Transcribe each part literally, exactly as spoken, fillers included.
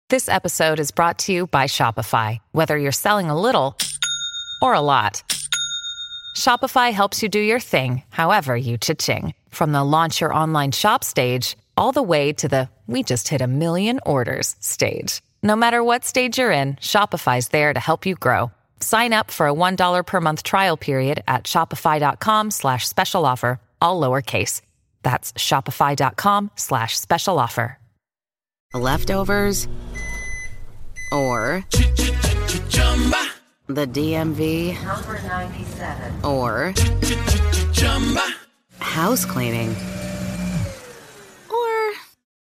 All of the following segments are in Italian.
This episode is brought to you by Shopify. Whether you're selling a little or a lot, Shopify helps you do your thing, however you cha-ching. From the launch your online shop stage, all the way to the we just hit a million orders stage. No matter what stage you're in, Shopify's there to help you grow. Sign up for a one dollar per month trial period at shopify.com slash special offer, all lowercase. That's shopify.com slash special offer. Leftovers or the D M V Number ninety-seven. or house cleaning or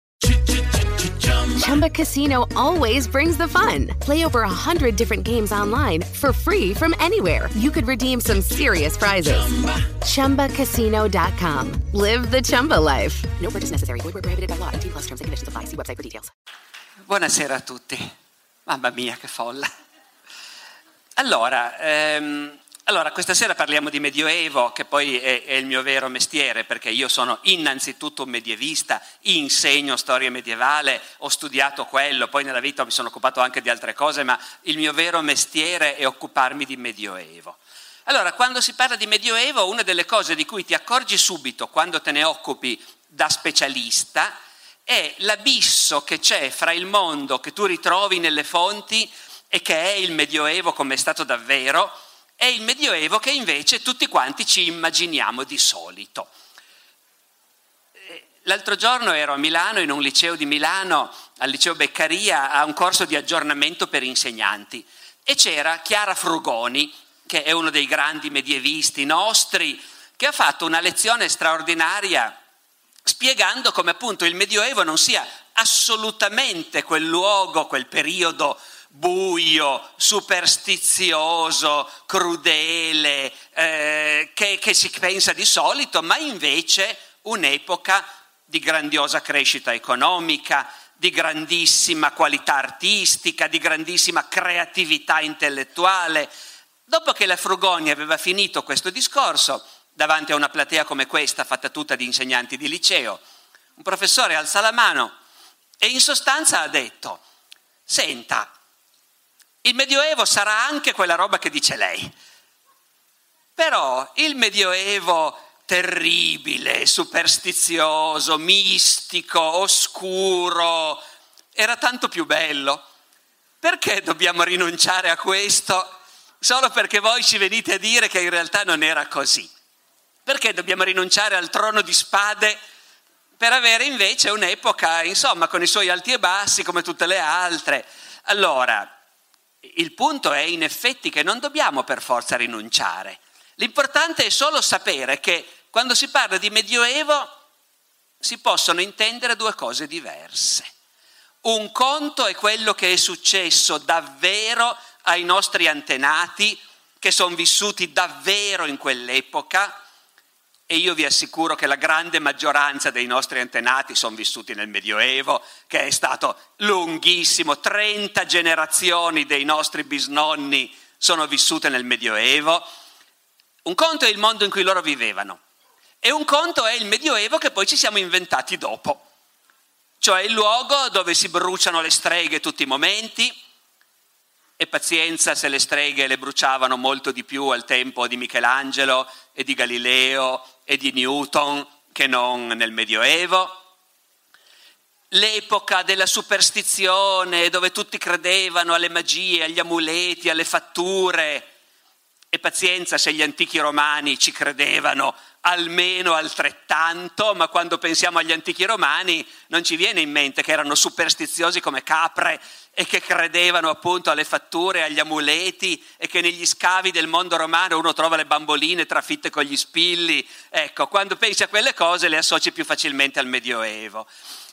Chumba Casino always brings the fun. Play over a hundred different games online for free from anywhere. You could redeem some serious prizes. Chumba Casino dot com. Live the Chumba life. No purchase necessary. Void where prohibited by law. eighteen plus terms and conditions apply. See website for details. Buonasera a tutti. Mamma mia, che folla. Allora, ehm, allora, questa sera parliamo di Medioevo, che poi è, è il mio vero mestiere, perché io sono innanzitutto un medievista, insegno storia medievale, ho studiato quello, poi nella vita mi sono occupato anche di altre cose, ma il mio vero mestiere è occuparmi di Medioevo. Allora, quando si parla di Medioevo, una delle cose di cui ti accorgi subito quando te ne occupi da specialista è l'abisso che c'è fra il mondo che tu ritrovi nelle fonti e che è il Medioevo come è stato davvero, e il Medioevo che invece tutti quanti ci immaginiamo di solito. L'altro giorno ero a Milano, in un liceo di Milano, al liceo Beccaria, a un corso di aggiornamento per insegnanti, e c'era Chiara Frugoni, che è uno dei grandi medievisti nostri, che ha fatto una lezione straordinaria spiegando come appunto il Medioevo non sia assolutamente quel luogo, quel periodo buio, superstizioso, crudele, eh, che, che si pensa di solito, ma invece un'epoca di grandiosa crescita economica, di grandissima qualità artistica, di grandissima creatività intellettuale. Dopo che la Frugoni aveva finito questo discorso, davanti a una platea come questa, fatta tutta di insegnanti di liceo, un professore alza la mano e in sostanza ha detto: senta, il Medioevo sarà anche quella roba che dice lei, però il Medioevo terribile, superstizioso, mistico, oscuro, era tanto più bello. Perché dobbiamo rinunciare a questo solo perché voi ci venite a dire che in realtà non era così? Perché dobbiamo rinunciare al trono di spade per avere invece un'epoca, insomma, con i suoi alti e bassi come tutte le altre? Allora, il punto è in effetti che non dobbiamo per forza rinunciare. L'importante è solo sapere che quando si parla di Medioevo si possono intendere due cose diverse. Un conto è quello che è successo davvero ai nostri antenati, che sono vissuti davvero in quell'epoca, e io vi assicuro che la grande maggioranza dei nostri antenati sono vissuti nel Medioevo, che è stato lunghissimo, trenta generazioni dei nostri bisnonni sono vissute nel Medioevo. Un conto è il mondo in cui loro vivevano, e un conto è il Medioevo che poi ci siamo inventati dopo, cioè il luogo dove si bruciano le streghe tutti i momenti, e pazienza se le streghe le bruciavano molto di più al tempo di Michelangelo e di Galileo e di Newton che non nel Medioevo. L'epoca della superstizione, dove tutti credevano alle magie, agli amuleti, alle fatture, e pazienza se gli antichi romani ci credevano almeno altrettanto, ma quando pensiamo agli antichi romani non ci viene in mente che erano superstiziosi come capre e che credevano appunto alle fatture, agli amuleti, e che negli scavi del mondo romano uno trova le bamboline trafitte con gli spilli. Ecco, quando pensi a quelle cose le associ più facilmente al Medioevo.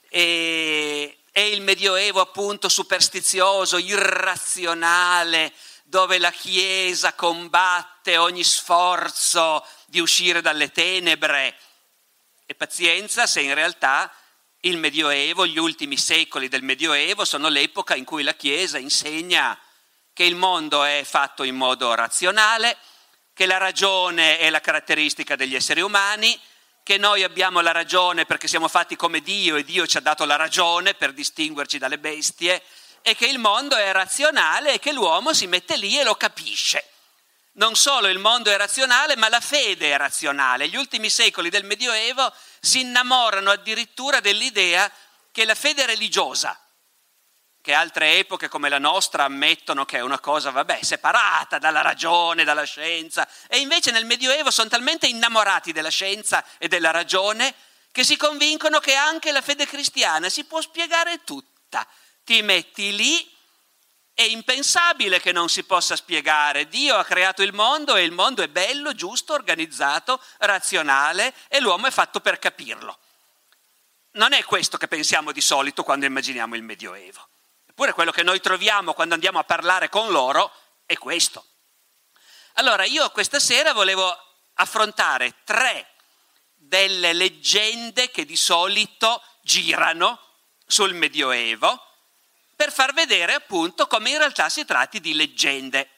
E, e il Medioevo appunto superstizioso, irrazionale, dove la Chiesa combatte ogni sforzo di uscire dalle tenebre. E pazienza se in realtà il Medioevo, gli ultimi secoli del Medioevo sono l'epoca in cui la Chiesa insegna che il mondo è fatto in modo razionale, che la ragione è la caratteristica degli esseri umani, che noi abbiamo la ragione perché siamo fatti come Dio e Dio ci ha dato la ragione per distinguerci dalle bestie, e che il mondo è razionale e che l'uomo si mette lì e lo capisce. Non solo il mondo è razionale, ma la fede è razionale. Gli ultimi secoli del Medioevo si innamorano addirittura dell'idea che la fede religiosa, che altre epoche come la nostra ammettono che è una cosa, vabbè, separata dalla ragione, dalla scienza, e invece nel Medioevo sono talmente innamorati della scienza e della ragione che si convincono che anche la fede cristiana si può spiegare tutta. Ti metti lì, è impensabile che non si possa spiegare. Dio ha creato il mondo e il mondo è bello, giusto, organizzato, razionale e l'uomo è fatto per capirlo. Non è questo che pensiamo di solito quando immaginiamo il Medioevo. Eppure quello che noi troviamo quando andiamo a parlare con loro è questo. Allora io questa sera volevo affrontare tre delle leggende che di solito girano sul Medioevo per far vedere appunto come in realtà si tratti di leggende.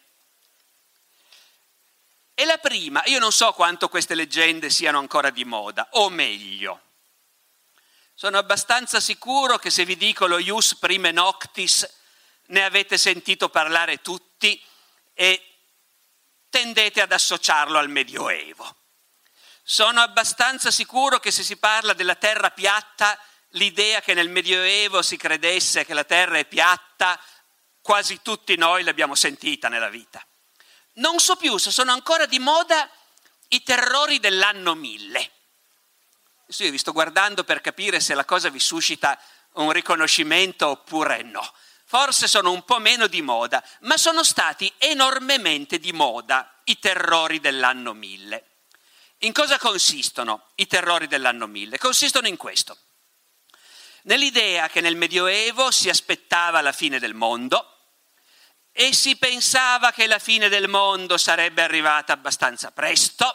E la prima, io non so quanto queste leggende siano ancora di moda, o meglio, sono abbastanza sicuro che se vi dico lo ius prime noctis ne avete sentito parlare tutti e tendete ad associarlo al Medioevo. Sono abbastanza sicuro che se si parla della terra piatta, l'idea che nel Medioevo si credesse che la terra è piatta, quasi tutti noi l'abbiamo sentita nella vita. Non so più se sono ancora di moda i terrori dell'anno mille. Adesso io vi sto guardando per capire se la cosa vi suscita un riconoscimento oppure no. Forse sono un po' meno di moda, ma sono stati enormemente di moda i terrori dell'anno mille. In cosa consistono i terrori dell'anno mille? Consistono in questo. Nell'idea che nel Medioevo si aspettava la fine del mondo e si pensava che la fine del mondo sarebbe arrivata abbastanza presto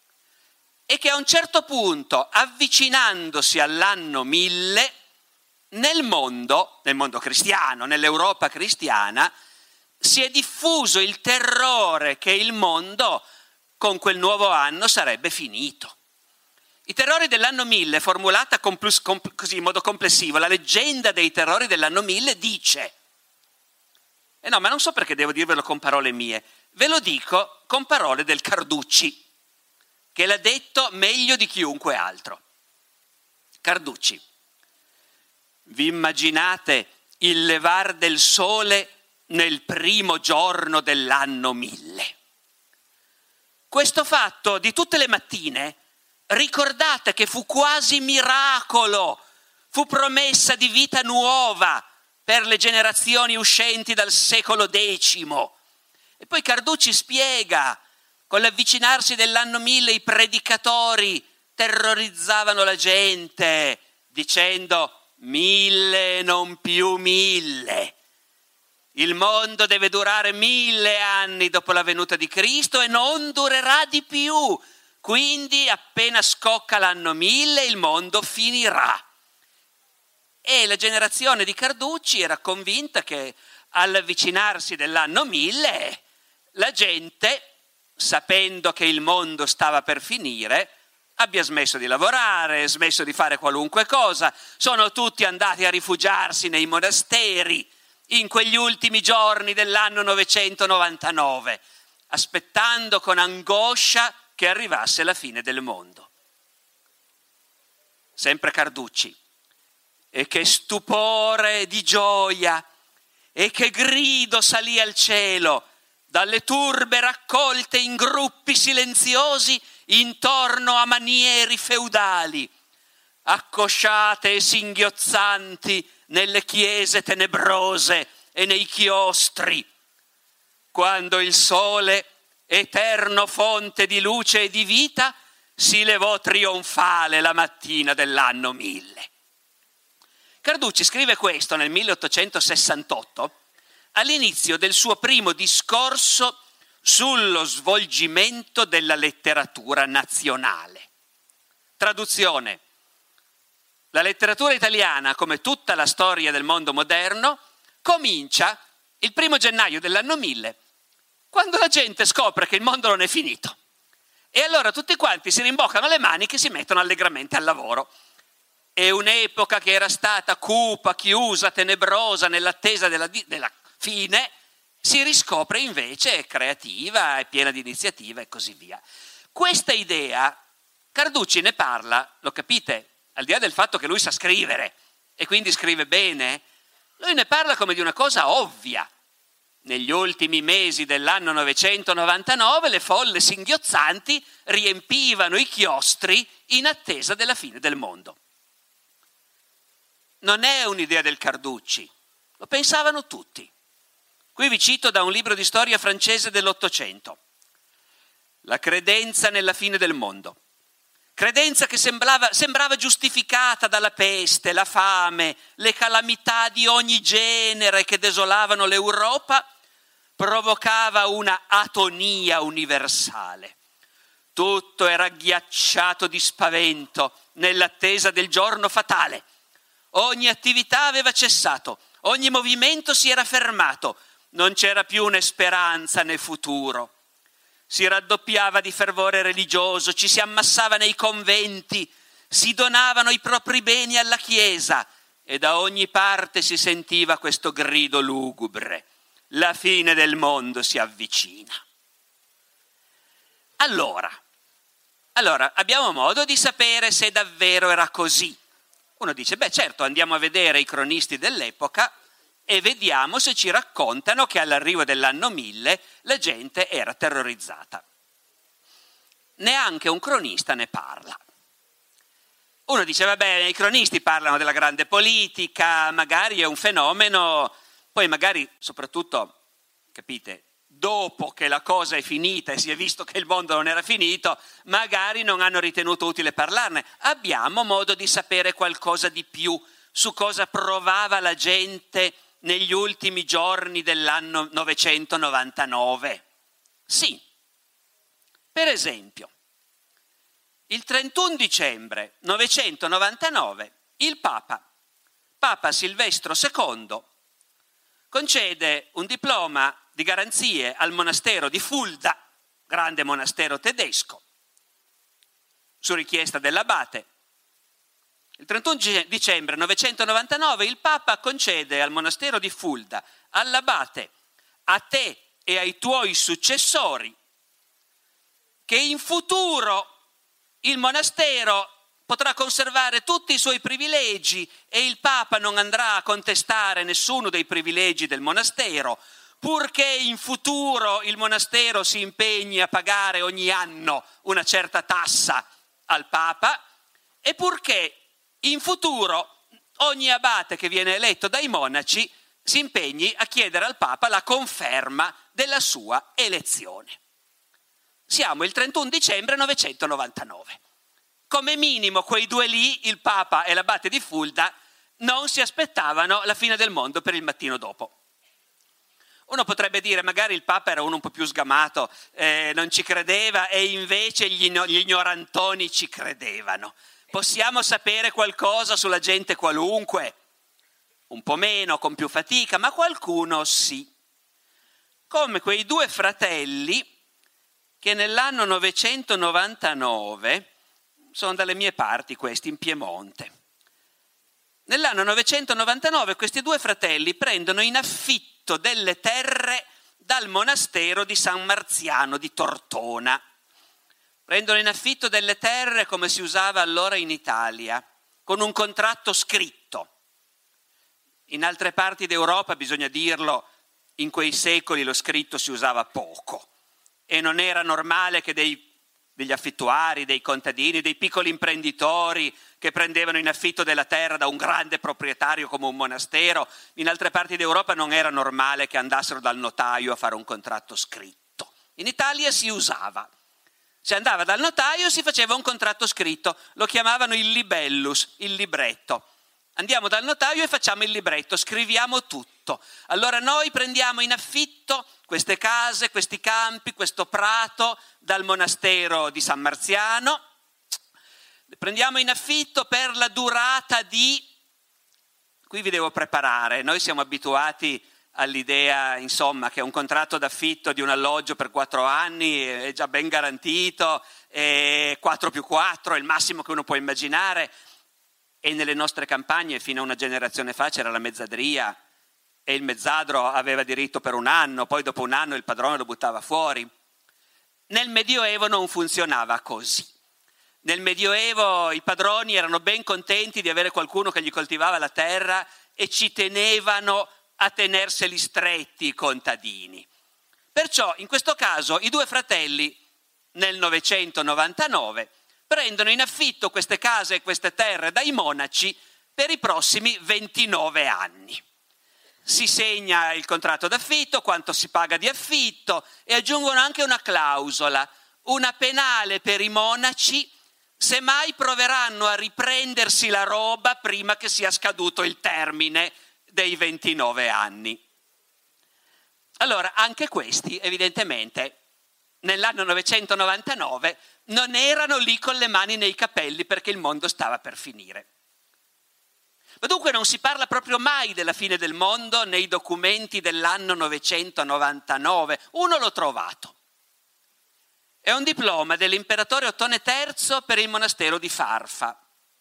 e che a un certo punto, avvicinandosi all'anno mille, nel mondo, nel mondo cristiano, nell'Europa cristiana, si è diffuso il terrore che il mondo con quel nuovo anno sarebbe finito. I terrori dell'anno mille, formulata complus, compl, così in modo complessivo, la leggenda dei terrori dell'anno mille dice, e no, ma non so perché devo dirvelo con parole mie, ve lo dico con parole del Carducci, che l'ha detto meglio di chiunque altro. Carducci, vi immaginate il levar del sole nel primo giorno dell'anno mille? Questo fatto di tutte le mattine, ricordate che fu quasi miracolo, fu promessa di vita nuova per le generazioni uscenti dal secolo decimo. E poi Carducci spiega, con l'avvicinarsi dell'anno mille i predicatori terrorizzavano la gente dicendo mille non più mille. Il mondo deve durare mille anni dopo la venuta di Cristo e non durerà di più. Quindi appena scocca l'anno mille il mondo finirà. E la generazione di Carducci era convinta che all'avvicinarsi dell'anno mille la gente, sapendo che il mondo stava per finire, abbia smesso di lavorare, smesso di fare qualunque cosa, sono tutti andati a rifugiarsi nei monasteri in quegli ultimi giorni dell'anno novecentonovantanove, aspettando con angoscia che arrivasse la fine del mondo. Sempre Carducci. E che stupore di gioia e che grido salì al cielo dalle turbe raccolte in gruppi silenziosi intorno a manieri feudali, accosciate e singhiozzanti nelle chiese tenebrose e nei chiostri, quando il sole, eterno fonte di luce e di vita, si levò trionfale la mattina dell'anno mille. Carducci scrive questo nel milleottocentosessantotto, all'inizio del suo primo discorso sullo svolgimento della letteratura nazionale. Traduzione: la letteratura italiana, come tutta la storia del mondo moderno, comincia il primo gennaio dell'anno mille, quando la gente scopre che il mondo non è finito. E allora tutti quanti si rimboccano le maniche e si mettono allegramente al lavoro. e un'epoca che era stata cupa, chiusa, tenebrosa nell'attesa della, della fine, si riscopre invece creativa e piena di iniziativa e così via. Questa idea, Carducci ne parla, lo capite, al di là del fatto che lui sa scrivere e quindi scrive bene, lui ne parla come di una cosa ovvia. Negli ultimi mesi dell'anno novecentonovantanove le folle singhiozzanti riempivano i chiostri in attesa della fine del mondo. Non è un'idea del Carducci, lo pensavano tutti. Qui vi cito da un libro di storia francese dell'Ottocento. La credenza nella fine del mondo. Credenza che sembrava, sembrava giustificata dalla peste, la fame, le calamità di ogni genere che desolavano l'Europa, provocava una atonia universale. Tutto era ghiacciato di spavento nell'attesa del giorno fatale. Ogni attività aveva cessato, ogni movimento si era fermato, non c'era più né speranza né futuro. Si raddoppiava di fervore religioso, ci si ammassava nei conventi, si donavano i propri beni alla Chiesa e da ogni parte si sentiva questo grido lugubre: la fine del mondo si avvicina. Allora, allora abbiamo modo di sapere se davvero era così. Uno dice, beh certo, andiamo a vedere i cronisti dell'epoca e vediamo se ci raccontano che all'arrivo dell'anno mille la gente era terrorizzata. Neanche un cronista ne parla. Uno dice, vabbè, i cronisti parlano della grande politica, magari è un fenomeno, poi magari, soprattutto, capite, dopo che la cosa è finita e si è visto che il mondo non era finito, magari non hanno ritenuto utile parlarne. Abbiamo modo di sapere qualcosa di più su cosa provava la gente negli ultimi giorni dell'anno novecentonovantanove? Sì. Per esempio, il trentuno dicembre novecentonovantanove il Papa, Papa Silvestro secondo, concede un diploma di garanzie al monastero di Fulda, grande monastero tedesco, su richiesta dell'abate. Il trentuno dicembre novecentonovantanove il Papa concede al monastero di Fulda, all'abate, a te e ai tuoi successori, che in futuro il monastero potrà conservare tutti i suoi privilegi e il Papa non andrà a contestare nessuno dei privilegi del monastero, purché in futuro il monastero si impegni a pagare ogni anno una certa tassa al Papa e purché in futuro ogni abate che viene eletto dai monaci si impegni a chiedere al Papa la conferma della sua elezione. Siamo il trentuno dicembre novecentonovantanove. Come minimo quei due lì, il Papa e l'abate di Fulda, non si aspettavano la fine del mondo per il mattino dopo. Uno potrebbe dire magari il Papa era uno un po' più sgamato, eh, non ci credeva e invece gli, gli ignorantoni ci credevano. Possiamo sapere qualcosa sulla gente qualunque? Un po' meno, con più fatica, ma qualcuno sì. Come quei due fratelli che nell'anno novecentonovantanove, sono dalle mie parti questi, in Piemonte. Nell'anno novecentonovantanove questi due fratelli prendono in affitto delle terre dal monastero di San Marziano di Tortona. Prendono in affitto delle terre come si usava allora in Italia, con un contratto scritto. In altre parti d'Europa, bisogna dirlo, in quei secoli lo scritto si usava poco e non era normale che dei, degli affittuari, dei contadini, dei piccoli imprenditori che prendevano in affitto della terra da un grande proprietario come un monastero, in altre parti d'Europa non era normale che andassero dal notaio a fare un contratto scritto. In Italia si usava. Si andava dal notaio e si faceva un contratto scritto, lo chiamavano il libellus, il libretto. Andiamo dal notaio e facciamo il libretto, scriviamo tutto. Allora noi prendiamo in affitto queste case, questi campi, questo prato dal monastero di San Marziano, le prendiamo in affitto per la durata di... Qui vi devo preparare, noi siamo abituati all'idea, insomma, che un contratto d'affitto di un alloggio per quattro anni è già ben garantito, e quattro più quattro è il massimo che uno può immaginare. e nelle nostre campagne fino a una generazione fa c'era la mezzadria e il mezzadro aveva diritto per un anno, poi dopo un anno il padrone lo buttava fuori. Nel Medioevo non funzionava così. Nel Medioevo i padroni erano ben contenti di avere qualcuno che gli coltivava la terra e ci tenevano a tenerseli stretti i contadini. Perciò in questo caso i due fratelli nel novecentonovantanove prendono in affitto queste case e queste terre dai monaci per i prossimi ventinove anni. Si segna il contratto d'affitto, quanto si paga di affitto e aggiungono anche una clausola, una penale per i monaci se mai proveranno a riprendersi la roba prima che sia scaduto il termine dei ventinove anni. Allora, anche questi, evidentemente, nell'anno novecentonovantanove non erano lì con le mani nei capelli perché il mondo stava per finire. Ma dunque non si parla proprio mai della fine del mondo nei documenti dell'anno novecentonovantanove. Uno l'ho trovato. È un diploma dell'imperatore Ottone terzo per il monastero di Farfa.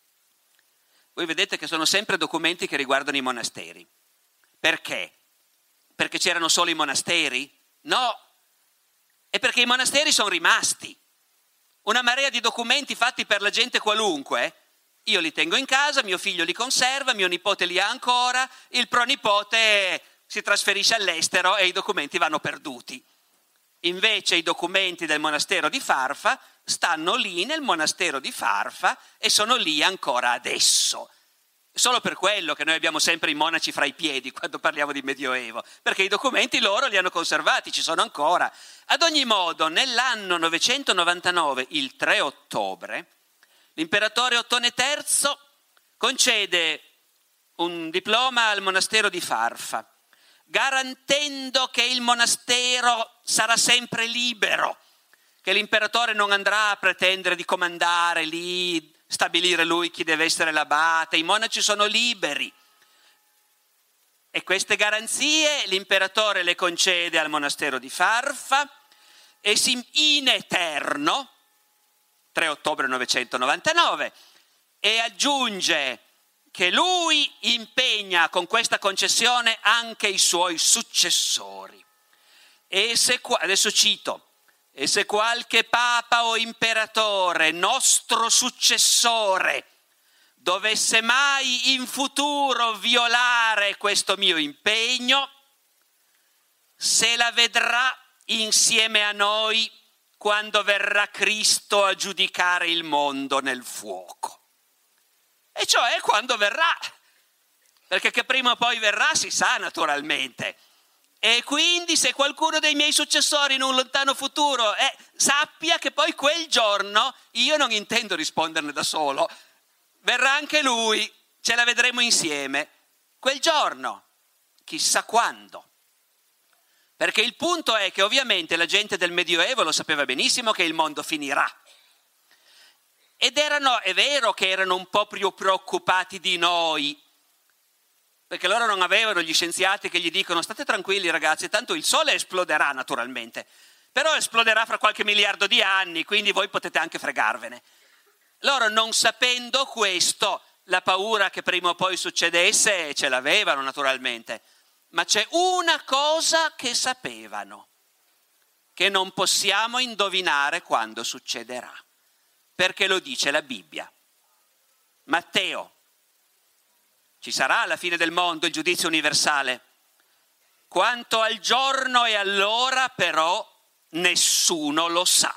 Voi vedete che sono sempre documenti che riguardano i monasteri. Perché? Perché c'erano solo i monasteri? No, è perché i monasteri sono rimasti. Una marea di documenti fatti per la gente qualunque. Io li tengo in casa, mio figlio li conserva, mio nipote li ha ancora, il pronipote si trasferisce all'estero e i documenti vanno perduti. Invece i documenti del monastero di Farfa stanno lì nel monastero di Farfa e sono lì ancora adesso. Solo per quello che noi abbiamo sempre i monaci fra i piedi quando parliamo di Medioevo, perché i documenti loro li hanno conservati, ci sono ancora. Ad ogni modo, nell'anno novecentonovantanove, il tre ottobre, l'imperatore Ottone terzo concede un diploma al monastero di Farfa, garantendo che il monastero sarà sempre libero, che l'imperatore non andrà a pretendere di comandare lì, stabilire lui chi deve essere l'abate, i monaci sono liberi. E queste garanzie l'imperatore le concede al monastero di Farfa e si in eterno, tre ottobre novecentonovantanove, e aggiunge che lui impegna con questa concessione anche i suoi successori. E se, adesso cito, e se qualche papa o imperatore, nostro successore, dovesse mai in futuro violare questo mio impegno, se la vedrà insieme a noi quando verrà Cristo a giudicare il mondo nel fuoco. E cioè quando verrà, perché che prima o poi verrà si sa naturalmente. E quindi se qualcuno dei miei successori in un lontano futuro eh, sappia che poi quel giorno io non intendo risponderne da solo, verrà anche lui, ce la vedremo insieme. Quel giorno, chissà quando. Perché il punto è che ovviamente la gente del Medioevo lo sapeva benissimo che il mondo finirà. Ed erano, è vero che erano un po' più preoccupati di noi, perché loro non avevano gli scienziati che gli dicono state tranquilli ragazzi, tanto il sole esploderà naturalmente, però esploderà fra qualche miliardo di anni, quindi voi potete anche fregarvene. Loro non sapendo questo, la paura che prima o poi succedesse ce l'avevano naturalmente, ma c'è una cosa che sapevano, che non possiamo indovinare quando succederà, perché lo dice la Bibbia. Matteo. Ci sarà alla fine del mondo il giudizio universale. Quanto al giorno e all'ora, però, nessuno lo sa.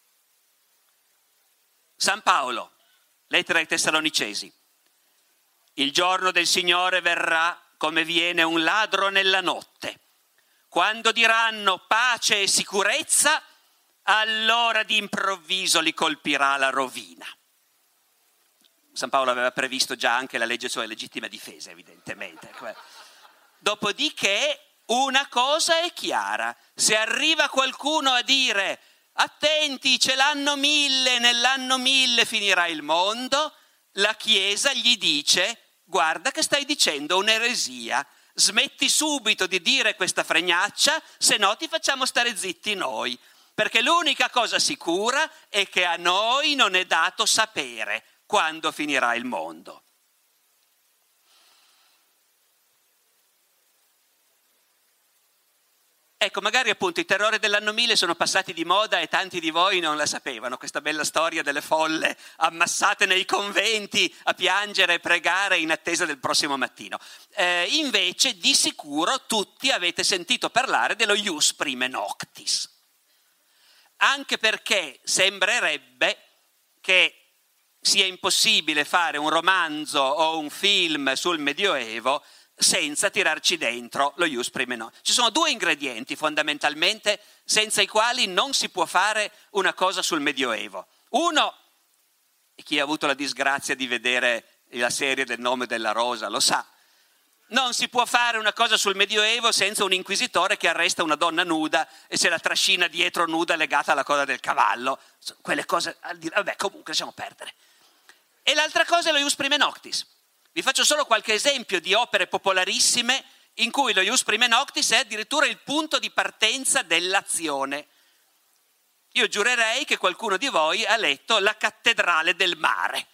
San Paolo, lettera ai Tessalonicesi. Il giorno del Signore verrà come viene un ladro nella notte. Quando diranno pace e sicurezza, allora d'improvviso li colpirà la rovina. San Paolo aveva previsto già anche la legge sulla legittima difesa, evidentemente. Dopodiché una cosa è chiara, se arriva qualcuno a dire attenti, c'è l'anno mille, nell'anno mille finirà il mondo, la Chiesa gli dice guarda che stai dicendo un'eresia, smetti subito di dire questa fregnaccia, se no ti facciamo stare zitti noi, perché l'unica cosa sicura è che a noi non è dato sapere quando finirà il mondo. Ecco, magari appunto i terrori dell'anno mille sono passati di moda e tanti di voi non la sapevano, questa bella storia delle folle ammassate nei conventi a piangere e pregare in attesa del prossimo mattino. Eh, invece di sicuro tutti avete sentito parlare dello Ius Prime Noctis, anche perché sembrerebbe che sia impossibile fare un romanzo o un film sul Medioevo senza tirarci dentro lo Ius Prime Noctis. Ci sono due ingredienti fondamentalmente senza i quali non si può fare una cosa sul Medioevo. Uno, e chi ha avuto la disgrazia di vedere la serie del Nome della Rosa lo sa, non si può fare una cosa sul Medioevo senza un inquisitore che arresta una donna nuda e se la trascina dietro nuda legata alla coda del cavallo. Quelle cose, vabbè, comunque lasciamo perdere. E l'altra cosa è lo Ius Prime Noctis. Vi faccio solo qualche esempio di opere popolarissime in cui lo Ius Prime Noctis è addirittura il punto di partenza dell'azione. Io giurerei che qualcuno di voi ha letto La cattedrale del mare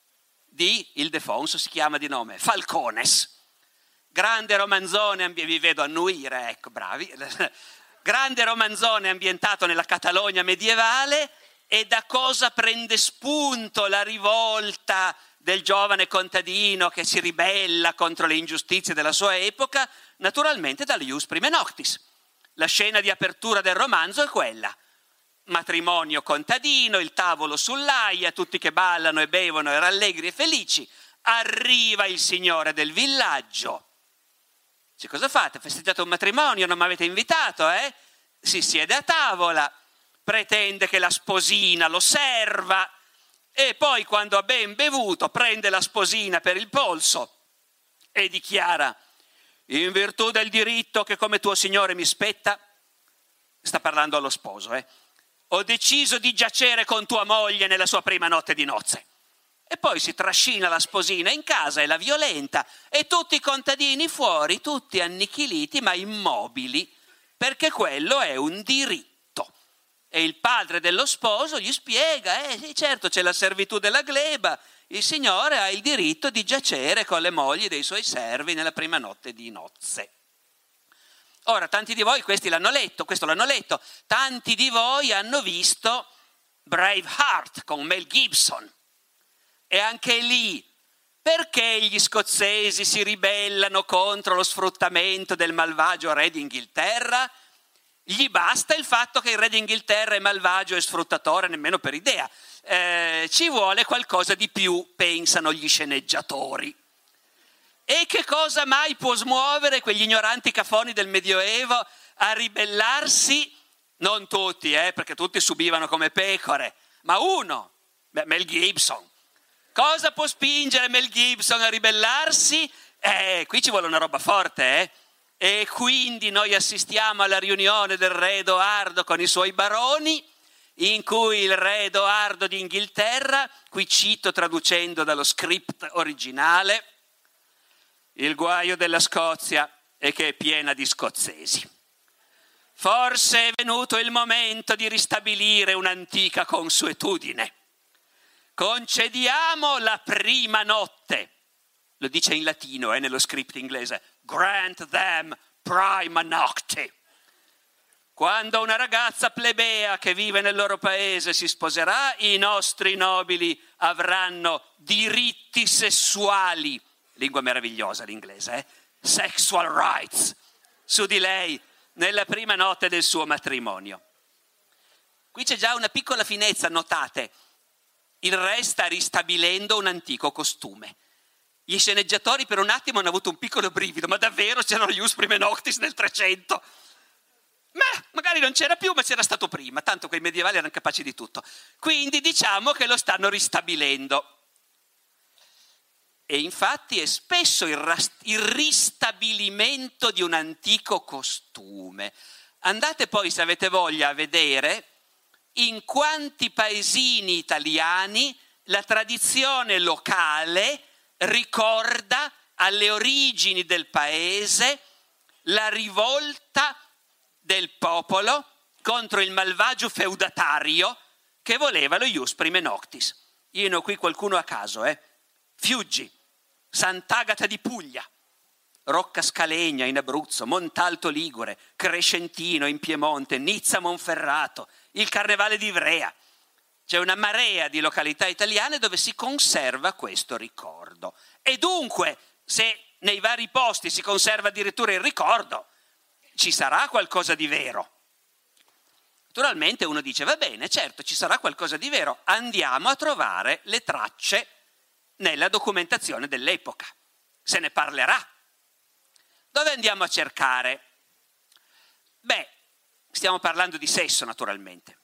di Ildefonso, si chiama di nome, Falcones. Grande romanzone, vi vedo annuire, ecco, bravi. Grande romanzone ambientato nella Catalogna medievale. E da cosa prende spunto la rivolta del giovane contadino che si ribella contro le ingiustizie della sua epoca? Naturalmente dallo Ius Prime Noctis. La scena di apertura del romanzo è quella. Matrimonio contadino, il tavolo sull'aia, tutti che ballano e bevono e rallegri e felici. Arriva il signore del villaggio. Dice, cosa fate? Festeggiate un matrimonio? Non mi avete invitato, eh? Si siede a tavola. Pretende che la sposina lo serva e poi quando ha ben bevuto prende la sposina per il polso e dichiara: in virtù del diritto che come tuo signore mi spetta, sta parlando allo sposo, eh, ho deciso di giacere con tua moglie nella sua prima notte di nozze. E poi si trascina la sposina in casa e la violenta e tutti i contadini fuori, tutti annichiliti ma immobili, perché quello è un diritto. E il padre dello sposo gli spiega, eh sì certo c'è la servitù della gleba, il signore ha il diritto di giacere con le mogli dei suoi servi nella prima notte di nozze. Ora, tanti di voi questi l'hanno letto, questo l'hanno letto, tanti di voi hanno visto Braveheart con Mel Gibson. E anche lì, perché gli scozzesi si ribellano contro lo sfruttamento del malvagio re d'Inghilterra? Gli basta il fatto che il re d'Inghilterra è malvagio e sfruttatore, nemmeno per idea. Eh, ci vuole qualcosa di più, pensano gli sceneggiatori. E che cosa mai può smuovere quegli ignoranti cafoni del Medioevo a ribellarsi? Non tutti, eh, perché tutti subivano come pecore, ma uno, Mel Gibson. Cosa può spingere Mel Gibson a ribellarsi? Eh, qui ci vuole una roba forte, eh? E quindi noi assistiamo alla riunione del re Edoardo con i suoi baroni, in cui il re Edoardo d'Inghilterra, qui cito traducendo dallo script originale, il guaio della Scozia è che è piena di scozzesi. Forse è venuto il momento di ristabilire un'antica consuetudine. Concediamo la prima notte. Lo dice in latino, eh, nello script inglese. Grant them prima nocte. Quando una ragazza plebea che vive nel loro paese si sposerà, i nostri nobili avranno diritti sessuali. Lingua meravigliosa l'inglese, eh? Sexual rights. Su di lei nella prima notte del suo matrimonio. Qui c'è già una piccola finezza, notate. Il re sta ristabilendo un antico costume. Gli sceneggiatori per un attimo hanno avuto un piccolo brivido, ma davvero c'erano gli Ius Prime Noctis nel trecento? Ma magari non c'era più, ma c'era stato prima, tanto quei medievali erano capaci di tutto. Quindi diciamo che lo stanno ristabilendo. E infatti è spesso il, rast- il ristabilimento di un antico costume. Andate poi, se avete voglia, a vedere in quanti paesini italiani la tradizione locale ricorda alle origini del paese la rivolta del popolo contro il malvagio feudatario che voleva lo Ius Prime Noctis. Io ne ho qui qualcuno a caso, eh. Fiuggi, Sant'Agata di Puglia, Rocca Scalegna in Abruzzo, Montalto Ligure, Crescentino in Piemonte, Nizza Monferrato, il Carnevale di Ivrea. C'è una marea di località italiane dove si conserva questo ricordo. E dunque, se nei vari posti si conserva addirittura il ricordo, ci sarà qualcosa di vero. Naturalmente uno dice, va bene, certo, ci sarà qualcosa di vero, andiamo a trovare le tracce nella documentazione dell'epoca. Se ne parlerà. Dove andiamo a cercare? Beh, stiamo parlando di sesso, naturalmente.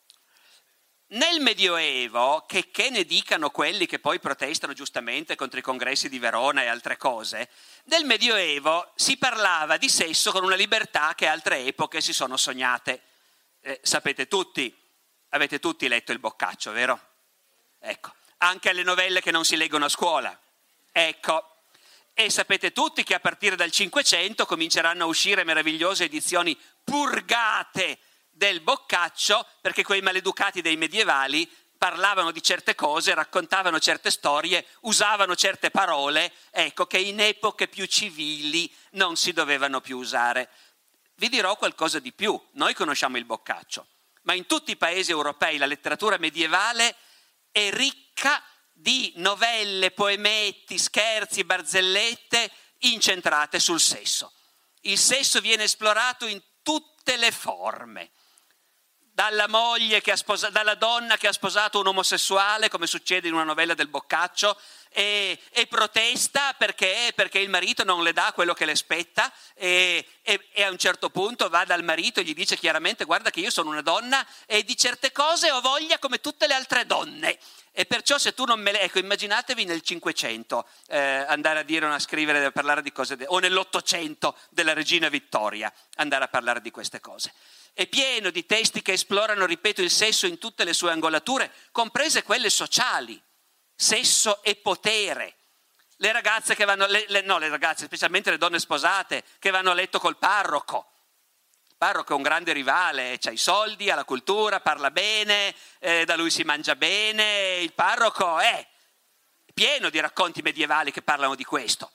Nel Medioevo, che, che ne dicano quelli che poi protestano giustamente contro i congressi di Verona e altre cose, nel Medioevo si parlava di sesso con una libertà che altre epoche si sono sognate. Eh, sapete tutti, avete tutti letto il Boccaccio, vero? Ecco, anche alle novelle che non si leggono a scuola. Ecco, e sapete tutti che a partire dal Cinquecento cominceranno a uscire meravigliose edizioni purgate del Boccaccio, perché quei maleducati dei medievali parlavano di certe cose, raccontavano certe storie, usavano certe parole, ecco, che in epoche più civili non si dovevano più usare. Vi dirò qualcosa di più. Noi conosciamo il Boccaccio, ma in tutti i paesi europei la letteratura medievale è ricca di novelle, poemetti, scherzi, barzellette incentrate sul sesso. Il sesso viene esplorato in tutte le forme. Dalla moglie che ha sposato, dalla donna che ha sposato un omosessuale, come succede in una novella del Boccaccio, e, e protesta perché, perché il marito non le dà quello che le spetta, e, e, e a un certo punto va dal marito e gli dice chiaramente: guarda che io sono una donna e di certe cose ho voglia come tutte le altre donne, e perciò se tu non me le... Ecco, immaginatevi nel Cinquecento eh, andare a dire, a scrivere, a parlare di cose, de... o nell'Ottocento della regina Vittoria andare a parlare di queste cose. È pieno di testi che esplorano, ripeto, il sesso in tutte le sue angolature, comprese quelle sociali, sesso e potere. Le ragazze che vanno, le, le, no le ragazze, specialmente le donne sposate, che vanno a letto col parroco. Il parroco è un grande rivale, c'ha i soldi, ha la cultura, parla bene, eh, da lui si mangia bene, il parroco è pieno di racconti medievali che parlano di questo.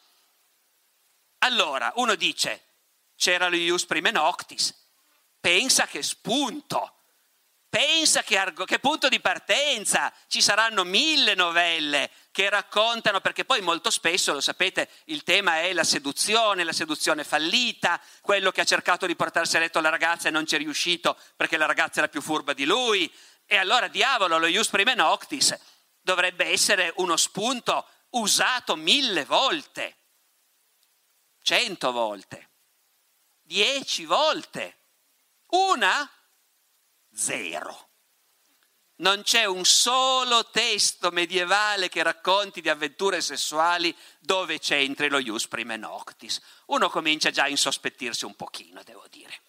Allora, uno dice, c'era lo ius prime noctis. Pensa che spunto, pensa che, argo, che punto di partenza, ci saranno mille novelle che raccontano, perché poi molto spesso, lo sapete, il tema è la seduzione, la seduzione fallita, quello che ha cercato di portarsi a letto la ragazza e non ci è riuscito perché la ragazza era più furba di lui, e allora diavolo, lo ius prime noctis dovrebbe essere uno spunto usato mille volte, cento volte, dieci volte. Una? Zero. Non c'è un solo testo medievale che racconti di avventure sessuali dove c'entri lo ius prime noctis. Uno comincia già a insospettirsi un pochino, devo dire.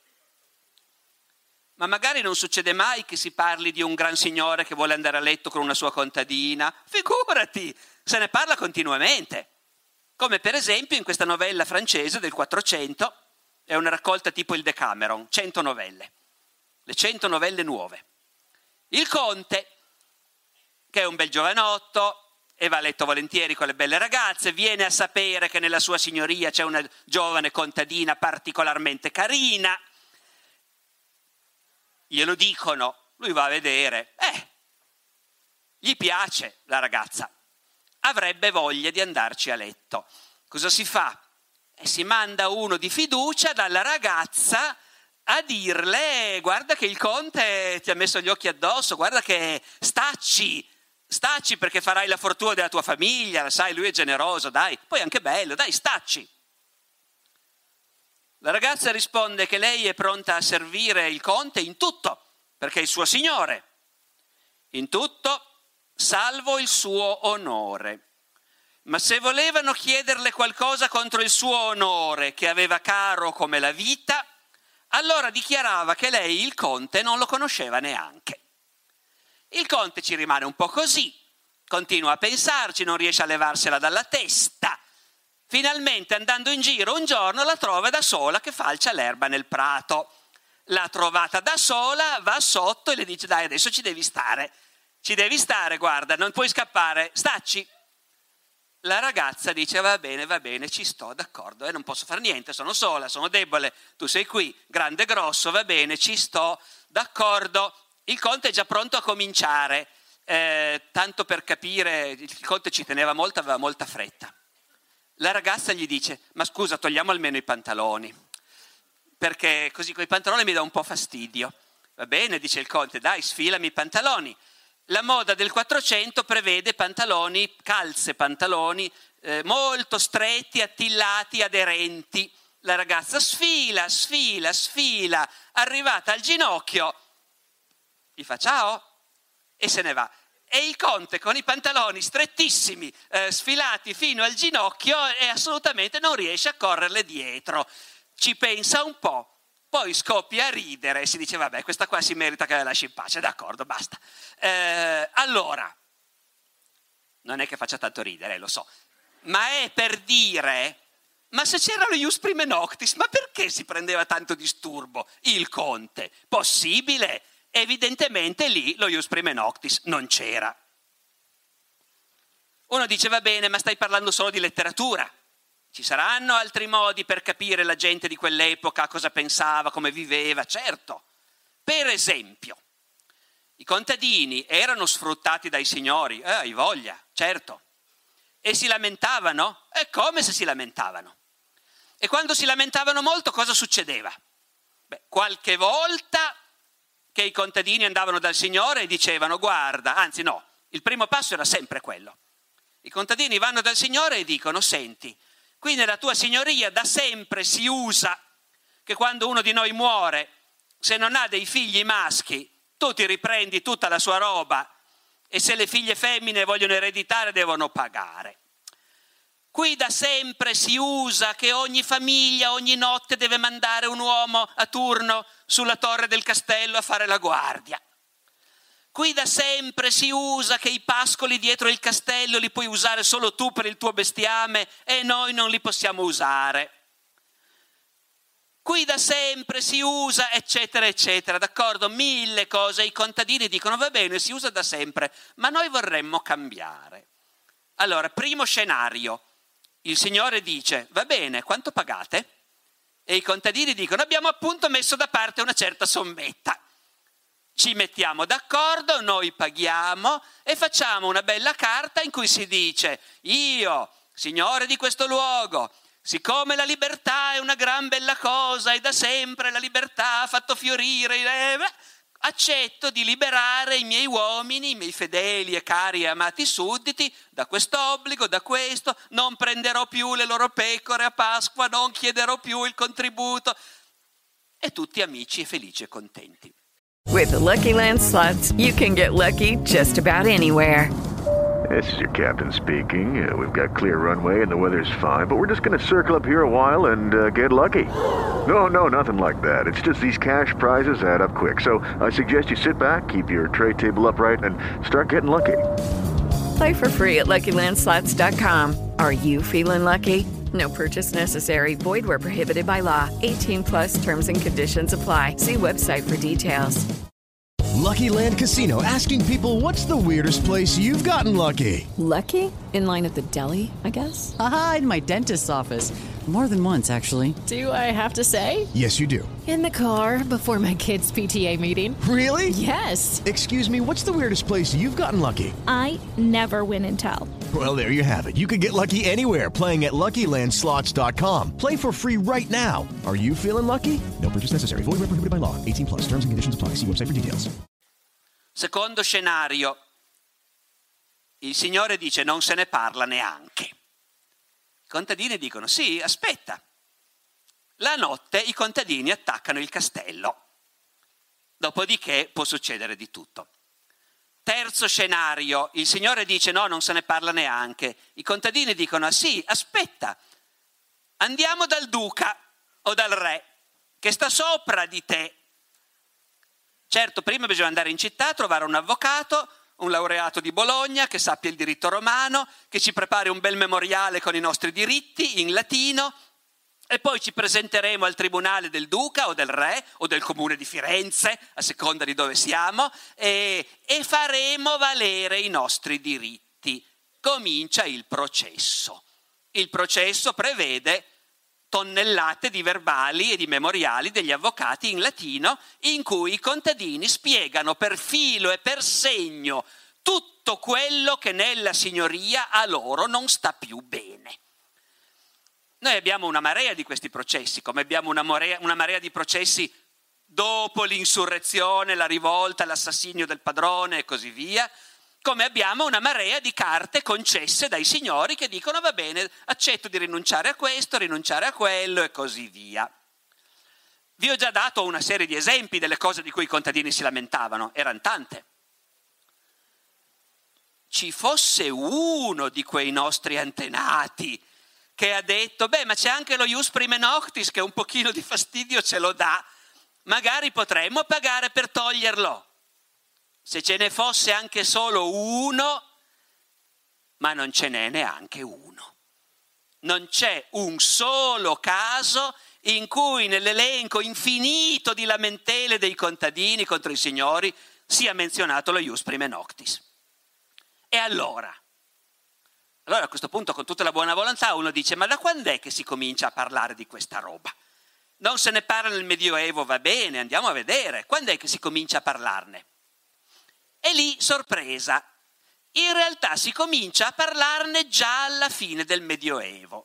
Ma magari non succede mai che si parli di un gran signore che vuole andare a letto con una sua contadina. Figurati, se ne parla continuamente. Come per esempio in questa novella francese del Quattrocento, è una raccolta tipo il Decameron, cento novelle, le cento novelle nuove. Il conte, che è un bel giovanotto e va a letto volentieri con le belle ragazze, viene a sapere che nella sua signoria c'è una giovane contadina particolarmente carina, glielo dicono, lui va a vedere, eh, gli piace la ragazza, avrebbe voglia di andarci a letto. Cosa si fa? E si manda uno di fiducia dalla ragazza a dirle: guarda che il conte ti ha messo gli occhi addosso, guarda che stacci, stacci perché farai la fortuna della tua famiglia, sai, lui è generoso, dai, poi anche bello, dai, stacci. La ragazza risponde che lei è pronta a servire il conte in tutto, perché è il suo signore, in tutto, salvo il suo onore. Ma se volevano chiederle qualcosa contro il suo onore, che aveva caro come la vita, allora dichiarava che lei il conte non lo conosceva neanche. Il conte ci rimane un po' così, continua a pensarci, non riesce a levarsela dalla testa. Finalmente, andando in giro un giorno, la trova da sola che falcia l'erba nel prato. L'ha trovata da sola, va sotto e le dice: dai, adesso ci devi stare, ci devi stare, guarda, non puoi scappare, stacci. La ragazza dice va bene, va bene, ci sto, d'accordo, eh, non posso fare niente, sono sola, sono debole, tu sei qui, grande e grosso, va bene, ci sto, d'accordo. Il conte è già pronto a cominciare, eh, tanto per capire, il conte ci teneva molto, aveva molta fretta. La ragazza gli dice, ma scusa, togliamo almeno i pantaloni, perché così con i pantaloni mi dà un po' fastidio. Va bene, dice il conte, dai, sfilami i pantaloni. La moda del Quattrocento prevede pantaloni, calze pantaloni eh, molto stretti, attillati, aderenti. La ragazza sfila, sfila, sfila, arrivata al ginocchio, gli fa ciao e se ne va. E il conte con i pantaloni strettissimi, eh, sfilati fino al ginocchio e assolutamente non riesce a correrle dietro. Ci pensa un po'. Poi scoppia a ridere e si dice, vabbè, questa qua si merita che la lasci in pace, d'accordo, basta. Eh, allora, non è che faccia tanto ridere, lo so, ma è per dire, ma se c'era lo ius prime noctis, ma perché si prendeva tanto disturbo il conte? Possibile? Evidentemente lì lo ius prime noctis non c'era. Uno dice, va bene, ma stai parlando solo di letteratura. Ci saranno altri modi per capire la gente di quell'epoca, cosa pensava, come viveva, certo. Per esempio, i contadini erano sfruttati dai signori, eh, hai voglia, certo. E si lamentavano? E come se si lamentavano? E quando si lamentavano molto, cosa succedeva? Beh, qualche volta che i contadini andavano dal signore e dicevano, guarda, anzi no, il primo passo era sempre quello. I contadini vanno dal signore e dicono, senti, qui nella tua signoria da sempre si usa che quando uno di noi muore, se non ha dei figli maschi, tu ti riprendi tutta la sua roba e se le figlie femmine vogliono ereditare devono pagare. Qui da sempre si usa che ogni famiglia ogni notte deve mandare un uomo a turno sulla torre del castello a fare la guardia. Qui da sempre si usa che i pascoli dietro il castello li puoi usare solo tu per il tuo bestiame e noi non li possiamo usare. Qui da sempre si usa, eccetera, eccetera, d'accordo? Mille cose. I contadini dicono, va bene, si usa da sempre, ma noi vorremmo cambiare. Allora, primo scenario, il signore dice, va bene, quanto pagate? E i contadini dicono, abbiamo appunto messo da parte una certa sommetta. Ci mettiamo d'accordo, noi paghiamo e facciamo una bella carta in cui si dice io, signore di questo luogo, siccome la libertà è una gran bella cosa e da sempre la libertà ha fatto fiorire, eh, accetto di liberare i miei uomini, i miei fedeli e cari e amati sudditi da quest'obbligo, da questo, non prenderò più le loro pecore a Pasqua, non chiederò più il contributo. E tutti amici e felici e contenti. With the Lucky Land Slots, you can get lucky just about anywhere. This is your captain speaking. Uh, we've got clear runway and the weather's fine, but we're just going to circle up here a while and uh, get lucky. No, no, nothing like that. It's just these cash prizes add up quick. So I suggest you sit back, keep your tray table upright, and start getting lucky. Play for free at Lucky Land Slots dot com. Are you feeling lucky? No purchase necessary. Void where prohibited by law. eighteen plus terms and conditions apply. See website for details. Lucky Land Casino, asking people, what's the weirdest place you've gotten lucky? Lucky? In line at the deli, I guess? Aha, in my dentist's office. More than once, actually. Do I have to say? Yes, you do. In the car before my kids' P T A meeting. Really? Yes. Excuse me, what's the weirdest place you've gotten lucky? I never win and tell. Well, there you have it. You can get lucky anywhere, playing at Lucky Land Slots dot com. Play for free right now. Are you feeling lucky? No purchase necessary. Void where prohibited by law. eighteen plus. Terms and conditions apply. See website for details. Secondo scenario, il signore dice non se ne parla neanche. I contadini dicono sì, aspetta. La notte i contadini attaccano il castello. Dopodiché può succedere di tutto. Terzo scenario, il signore dice no, non se ne parla neanche. I contadini dicono ah, sì, aspetta, andiamo dal duca o dal re che sta sopra di te. Certo, prima bisogna andare in città, trovare un avvocato, un laureato di Bologna che sappia il diritto romano, che ci prepari un bel memoriale con i nostri diritti in latino e poi ci presenteremo al tribunale del duca o del re o del comune di Firenze, a seconda di dove siamo, e, e faremo valere i nostri diritti. comincia il processo. Il processo prevede tonnellate di verbali e di memoriali degli avvocati in latino in cui i contadini spiegano per filo e per segno tutto quello che nella signoria a loro non sta più bene. Noi abbiamo una marea di questi processi, come abbiamo una marea, una marea di processi dopo l'insurrezione, la rivolta, l'assassinio del padrone e così via, come abbiamo una marea di carte concesse dai signori che dicono va bene, accetto di rinunciare a questo, rinunciare a quello e così via. Vi ho già dato una serie di esempi delle cose di cui i contadini si lamentavano, erano tante. Ci fosse uno di quei nostri antenati che ha detto, beh, ma c'è anche lo ius prime noctis che un pochino di fastidio ce lo dà, magari potremmo pagare per toglierlo. Se ce ne fosse anche solo uno, ma non ce n'è neanche uno. Non c'è un solo caso in cui nell'elenco infinito di lamentele dei contadini contro i signori sia menzionato lo ius prime noctis. E allora? Allora a questo punto con tutta la buona volontà uno dice, ma da quando è che si comincia a parlare di questa roba? Non se ne parla nel Medioevo, va bene, andiamo a vedere. Quando è che si comincia a parlarne? E lì, sorpresa, in realtà si comincia a parlarne già alla fine del Medioevo.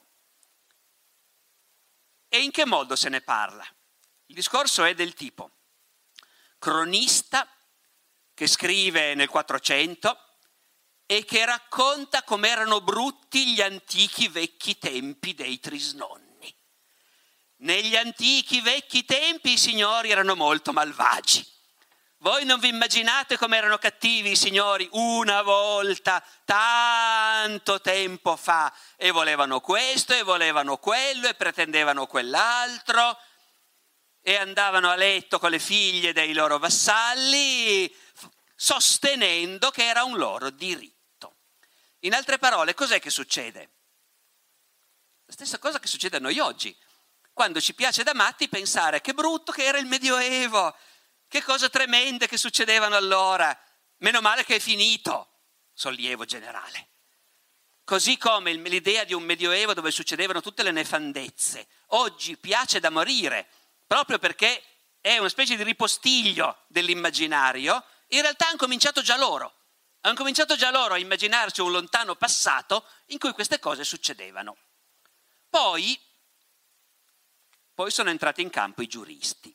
E in che modo se ne parla? Il discorso è del tipo: cronista che scrive nel quattrocento e che racconta com'erano brutti gli antichi vecchi tempi dei Trisnonni. Negli antichi vecchi tempi i signori erano molto malvagi. Voi non vi immaginate come erano cattivi i signori una volta, tanto tempo fa, e volevano questo e volevano quello e pretendevano quell'altro e andavano a letto con le figlie dei loro vassalli sostenendo che era un loro diritto. In altre parole, cos'è che succede? La stessa cosa che succede a noi oggi, quando ci piace da matti pensare che brutto che era il Medioevo, che cose tremende che succedevano allora, meno male che è finito, sollievo generale. Così come l'idea di un Medioevo dove succedevano tutte le nefandezze, oggi piace da morire, proprio perché è una specie di ripostiglio dell'immaginario, in realtà hanno cominciato già loro. Hanno cominciato già loro a immaginarci un lontano passato in cui queste cose succedevano. Poi, poi sono entrati in campo i giuristi.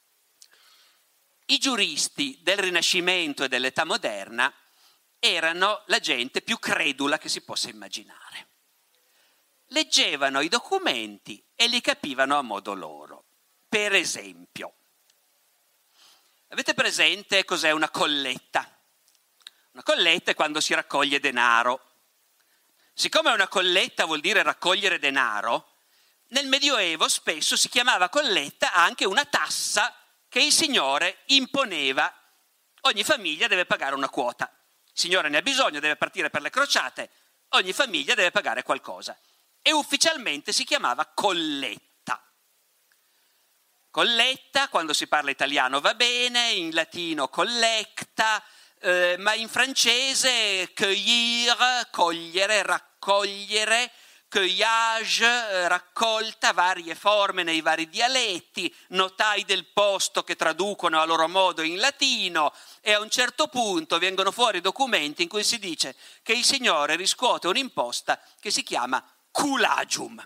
I giuristi del Rinascimento e dell'età moderna erano la gente più credula che si possa immaginare. Leggevano i documenti e li capivano a modo loro. Per esempio, avete presente cos'è una colletta? Una colletta è quando si raccoglie denaro. Siccome una colletta vuol dire raccogliere denaro, nel Medioevo spesso si chiamava colletta anche una tassa che il signore imponeva. Ogni famiglia deve pagare una quota. Il signore ne ha bisogno, deve partire per le crociate, ogni famiglia deve pagare qualcosa. E ufficialmente si chiamava colletta. Colletta, quando si parla italiano va bene, in latino collecta, eh, ma in francese cueillir, cogliere, raccogliere, cueillage, raccolta, varie forme nei vari dialetti, notai del posto che traducono a loro modo in latino, e a un certo punto vengono fuori documenti in cui si dice che il signore riscuote un'imposta che si chiama culagium.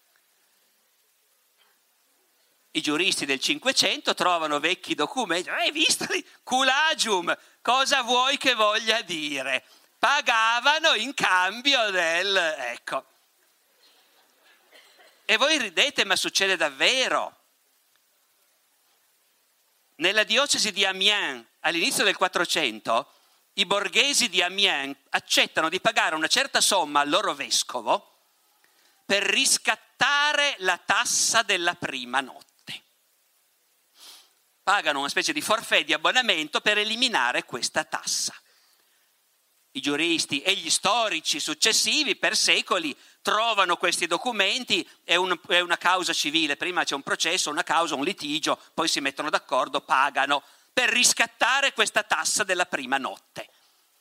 I giuristi del Cinquecento trovano vecchi documenti, hai visto lì? Culagium, cosa vuoi che voglia dire? Pagavano in cambio del... ecco. E voi ridete, ma succede davvero. Nella diocesi di Amiens, all'inizio del Quattrocento, i borghesi di Amiens accettano di pagare una certa somma al loro vescovo per riscattare la tassa della prima notte. Pagano una specie di forfait di abbonamento per eliminare questa tassa. I giuristi e gli storici successivi per secoli trovano questi documenti, è, un, è una causa civile, prima c'è un processo, una causa, un litigio, poi si mettono d'accordo, pagano per riscattare questa tassa della prima notte.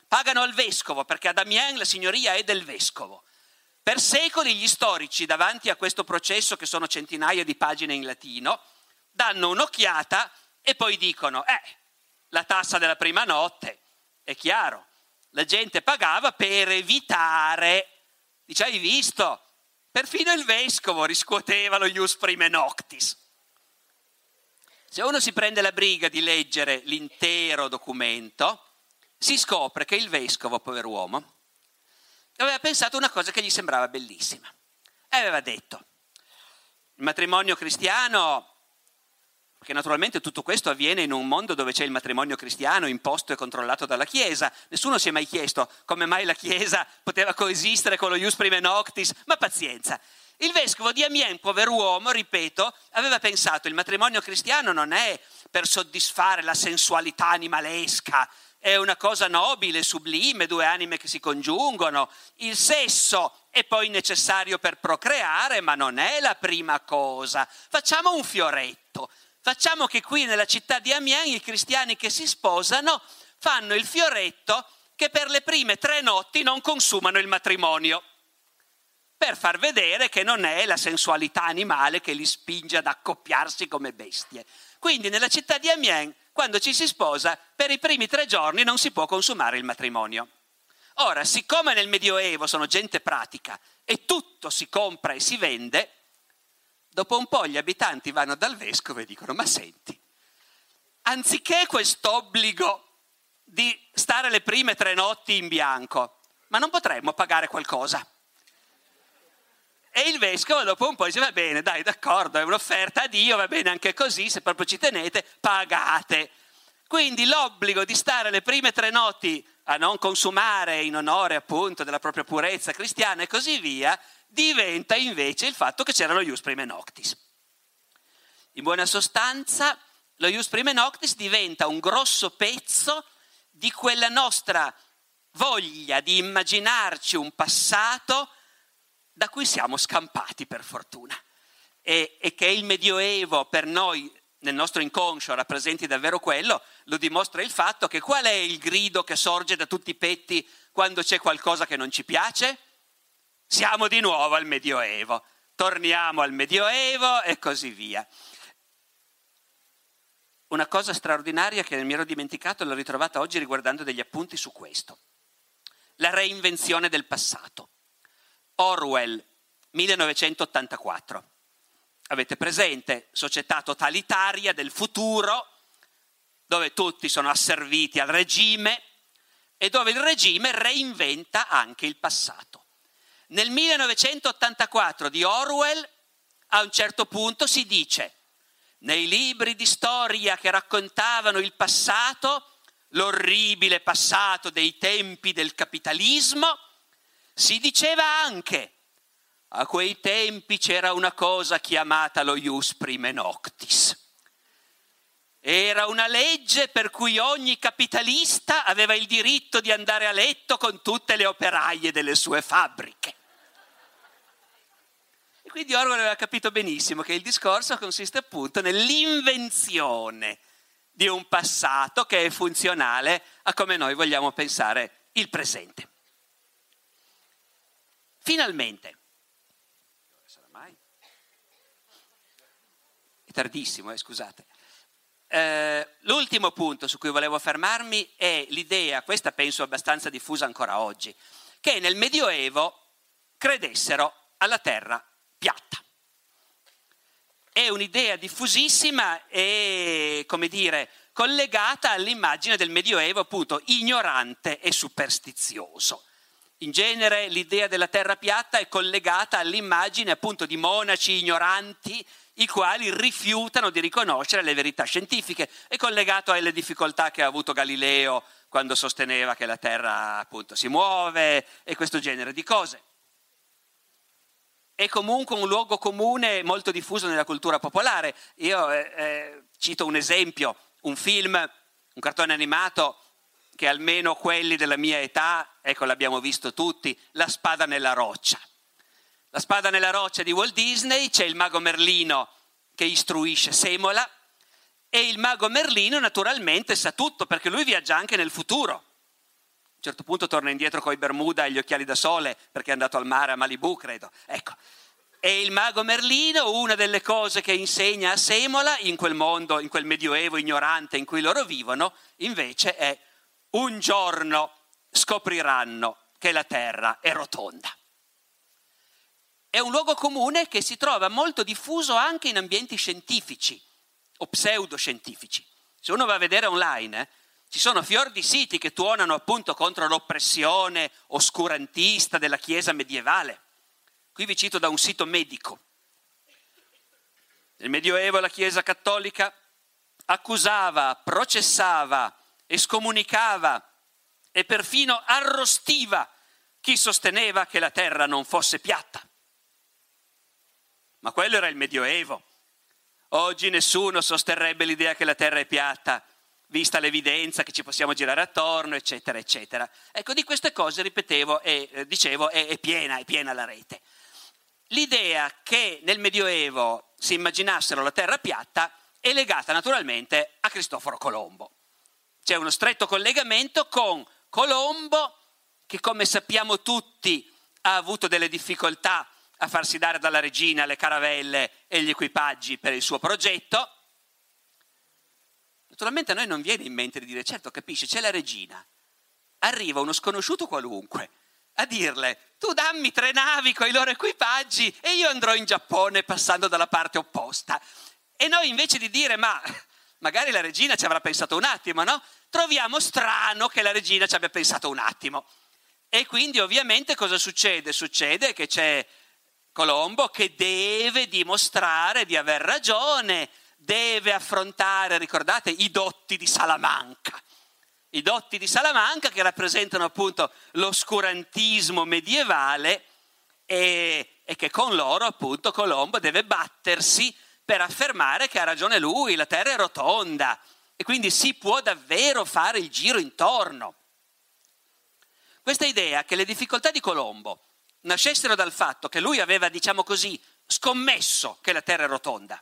pagano al vescovo, perché ad Amiens la signoria è del vescovo. Per secoli gli storici, davanti a questo processo, che sono centinaia di pagine in latino, danno un'occhiata e poi dicono, eh, la tassa della prima notte, è chiaro, la gente pagava per evitare, dice, hai visto, perfino il vescovo riscuoteva lo ius prime noctis. Se uno si prende la briga di leggere l'intero documento, si scopre che il vescovo, pover'uomo, aveva pensato una cosa che gli sembrava bellissima. E aveva detto, il matrimonio cristiano, perché naturalmente tutto questo avviene in un mondo dove c'è il matrimonio cristiano imposto e controllato dalla Chiesa. Nessuno si è mai chiesto come mai la Chiesa poteva coesistere con lo ius prime noctis, ma pazienza. Il vescovo di Amiens, pover'uomo, ripeto, aveva pensato il matrimonio cristiano non è per soddisfare la sensualità animalesca, è una cosa nobile, sublime, due anime che si congiungono. Il sesso è poi necessario per procreare, ma non è la prima cosa. Facciamo un fioretto. Facciamo che qui nella città di Amiens i cristiani che si sposano fanno il fioretto che per le prime tre notti non consumano il matrimonio, per far vedere che non è la sensualità animale che li spinge ad accoppiarsi come bestie. Quindi nella città di Amiens, quando ci si sposa, per i primi tre giorni non si può consumare il matrimonio. Ora, siccome nel Medioevo sono gente pratica e tutto si compra e si vende, dopo un po' gli abitanti vanno dal vescovo e dicono, ma senti, anziché quest'obbligo di stare le prime tre notti in bianco, ma non potremmo pagare qualcosa? E il vescovo dopo un po' dice, va bene, dai, d'accordo, è un'offerta a Dio, va bene anche così, se proprio ci tenete, pagate. Quindi l'obbligo di stare le prime tre notti a non consumare in onore appunto della propria purezza cristiana e così via, diventa invece il fatto che c'era lo ius prime noctis. In buona sostanza, lo ius prime noctis diventa un grosso pezzo di quella nostra voglia di immaginarci un passato da cui siamo scampati per fortuna, e, e che il Medioevo per noi, nel nostro inconscio, rappresenti davvero quello, lo dimostra il fatto che qual è il grido che sorge da tutti i petti quando c'è qualcosa che non ci piace? Siamo di nuovo al Medioevo, torniamo al Medioevo e così via. Una cosa straordinaria che mi ero dimenticato, l'ho ritrovata oggi riguardando degli appunti su questo. La reinvenzione del passato. Orwell, millenovecentottantaquattro. Avete presente? Società totalitaria del futuro, dove tutti sono asserviti al regime e dove il regime reinventa anche il passato. Nel millenovecentottantaquattro di Orwell, a un certo punto si dice, nei libri di storia che raccontavano il passato, l'orribile passato dei tempi del capitalismo, si diceva anche, a quei tempi c'era una cosa chiamata lo ius prime noctis. Era una legge per cui ogni capitalista aveva il diritto di andare a letto con tutte le operaie delle sue fabbriche. E quindi Orwell aveva capito benissimo che il discorso consiste appunto nell'invenzione di un passato che è funzionale a come noi vogliamo pensare il presente. Finalmente, sarà mai? È tardissimo, eh, scusate. Eh, l'ultimo punto su cui volevo fermarmi è l'idea, questa penso abbastanza diffusa ancora oggi, che nel Medioevo credessero alla terra piatta. È un'idea diffusissima e, come dire, collegata all'immagine del Medioevo appunto ignorante e superstizioso. In genere l'idea della terra piatta è collegata all'immagine appunto di monaci ignoranti i quali rifiutano di riconoscere le verità scientifiche. È collegato alle difficoltà che ha avuto Galileo quando sosteneva che la terra appunto si muove e questo genere di cose. È comunque un luogo comune molto diffuso nella cultura popolare. Io eh, eh, cito un esempio, un film, un cartone animato che almeno quelli della mia età, ecco l'abbiamo visto tutti, La spada nella roccia. La spada nella roccia di Walt Disney, c'è il mago Merlino che istruisce Semola e il mago Merlino naturalmente sa tutto perché lui viaggia anche nel futuro. A un certo punto torna indietro coi Bermuda e gli occhiali da sole perché è andato al mare a Malibu, credo. Ecco. E il mago Merlino, una delle cose che insegna a Semola, in quel mondo, in quel medioevo ignorante in cui loro vivono, invece è: un giorno scopriranno che la terra è rotonda. È un luogo comune che si trova molto diffuso anche in ambienti scientifici o pseudoscientifici. Se uno va a vedere online, eh, ci sono fior di siti che tuonano appunto contro l'oppressione oscurantista della Chiesa medievale. Qui vi cito da un sito medico. Nel Medioevo la Chiesa cattolica accusava, processava, escomunicava e perfino arrostiva chi sosteneva che la terra non fosse piatta. Ma quello era il Medioevo. Oggi nessuno sosterrebbe l'idea che la terra è piatta, vista l'evidenza che ci possiamo girare attorno, eccetera, eccetera. Ecco, di queste cose, ripetevo e eh, dicevo, è, è piena, è piena la rete. L'idea che nel Medioevo si immaginassero la terra piatta è legata naturalmente a Cristoforo Colombo. C'è uno stretto collegamento con Colombo, che come sappiamo tutti ha avuto delle difficoltà a farsi dare dalla regina le caravelle e gli equipaggi per il suo progetto. Naturalmente a noi non viene in mente di dire: certo, capisci, c'è la regina. Arriva uno sconosciuto qualunque a dirle: tu dammi tre navi con i loro equipaggi e io andrò in Giappone passando dalla parte opposta. E noi invece di dire: ma magari la regina ci avrà pensato un attimo, no? Troviamo strano che la regina ci abbia pensato un attimo. E quindi ovviamente cosa succede? Succede che c'è Colombo che deve dimostrare di aver ragione, deve affrontare, ricordate, i dotti di Salamanca. I dotti di Salamanca che rappresentano appunto l'oscurantismo medievale e, e che con loro appunto Colombo deve battersi per affermare che ha ragione lui, la terra è rotonda e quindi si può davvero fare il giro intorno. Questa idea che le difficoltà di Colombo nascessero dal fatto che lui aveva, diciamo così, scommesso che la terra è rotonda,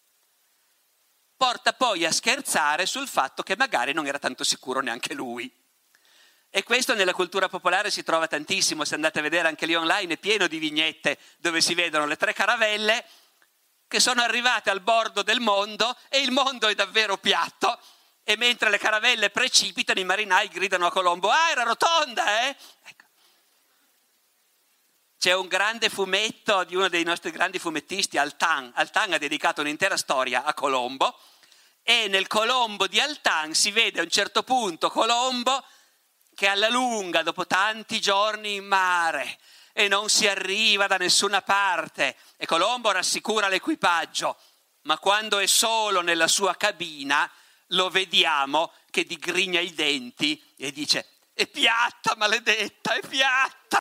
porta poi a scherzare sul fatto che magari non era tanto sicuro neanche lui. E questo nella cultura popolare si trova tantissimo, se andate a vedere anche lì online è pieno di vignette dove si vedono le tre caravelle che sono arrivate al bordo del mondo e il mondo è davvero piatto e mentre le caravelle precipitano i marinai gridano a Colombo: ah, era rotonda, eh? Ecco. C'è un grande fumetto di uno dei nostri grandi fumettisti, Altan. Altan ha dedicato un'intera storia a Colombo e nel Colombo di Altan si vede a un certo punto Colombo che alla lunga, dopo tanti giorni in mare e non si arriva da nessuna parte, e Colombo rassicura l'equipaggio, ma quando è solo nella sua cabina lo vediamo che digrigna i denti e dice: è piatta, maledetta, è piatta.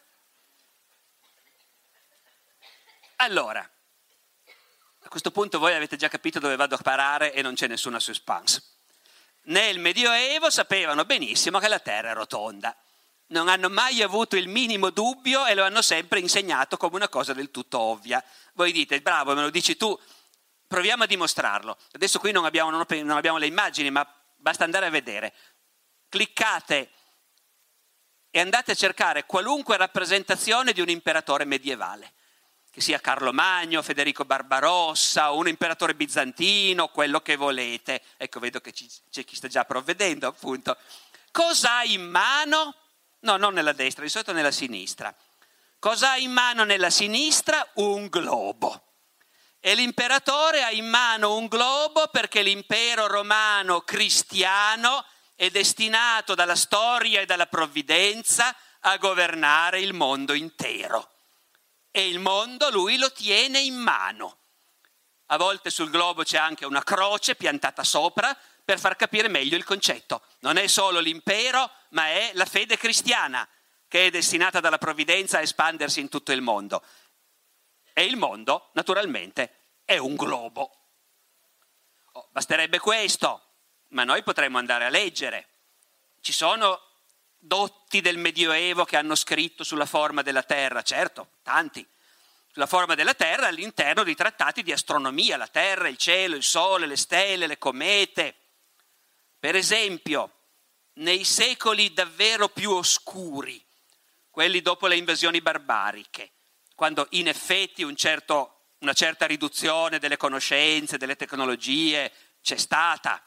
Allora, a questo punto voi avete già capito dove vado a parare e non c'è nessuna suspense. Nel Medioevo sapevano benissimo che la terra è rotonda. Non hanno mai avuto il minimo dubbio e lo hanno sempre insegnato come una cosa del tutto ovvia. Voi dite: bravo, me lo dici tu, proviamo a dimostrarlo. Adesso qui non abbiamo, non abbiamo le immagini, ma basta andare a vedere. Cliccate e andate a cercare qualunque rappresentazione di un imperatore medievale. Che sia Carlo Magno, Federico Barbarossa, un imperatore bizantino, quello che volete. Ecco, vedo che ci, c'è chi sta già provvedendo, appunto. Cosa ha in mano? No, non nella destra, di solito nella sinistra. Cosa ha in mano nella sinistra? Un globo. E l'imperatore ha in mano un globo perché l'impero romano cristiano è destinato dalla storia e dalla provvidenza a governare il mondo intero. E il mondo lui lo tiene in mano. A volte sul globo c'è anche una croce piantata sopra per far capire meglio il concetto. Non è solo l'impero, ma è la fede cristiana che è destinata dalla provvidenza a espandersi in tutto il mondo. E il mondo, naturalmente, è un globo. Oh, basterebbe questo, ma noi potremmo andare a leggere. Ci sono dotti del Medioevo che hanno scritto sulla forma della Terra, certo, tanti, sulla forma della Terra all'interno di trattati di astronomia, la Terra, il cielo, il Sole, le stelle, le comete. Per esempio, nei secoli davvero più oscuri, quelli dopo le invasioni barbariche, quando in effetti un certo, una certa riduzione delle conoscenze, delle tecnologie c'è stata.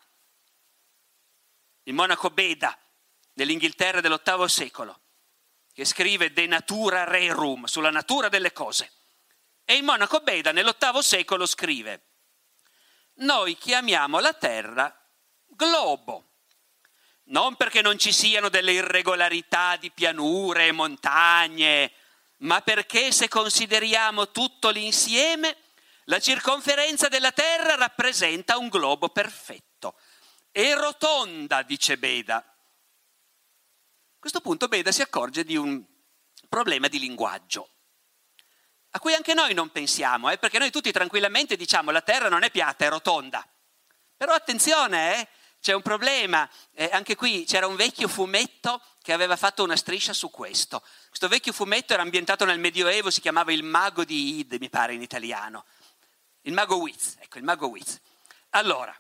Il monaco Beda dell'Inghilterra dell'ottavo secolo, che scrive De natura rerum, sulla natura delle cose. E il monaco Beda nell'ottavo secolo scrive: noi chiamiamo la Terra globo, non perché non ci siano delle irregolarità di pianure e montagne, ma perché se consideriamo tutto l'insieme, la circonferenza della Terra rappresenta un globo perfetto. È rotonda, dice Beda. A questo punto Beda si accorge di un problema di linguaggio, a cui anche noi non pensiamo, eh, perché noi tutti tranquillamente diciamo la Terra non è piatta, è rotonda. Però attenzione, eh, c'è un problema. Eh, anche qui c'era un vecchio fumetto che aveva fatto una striscia su questo. Questo vecchio fumetto era ambientato nel Medioevo, si chiamava Il Mago di Id, mi pare in italiano. Il Mago Wiz, ecco, il Mago Wiz. Allora,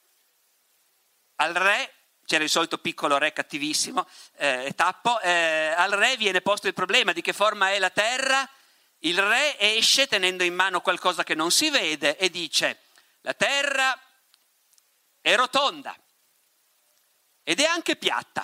al re, c'era il solito piccolo re cattivissimo, eh, tappo, eh, al re viene posto il problema di che forma è la Terra. Il re esce tenendo in mano qualcosa che non si vede e dice: la Terra è rotonda ed è anche piatta.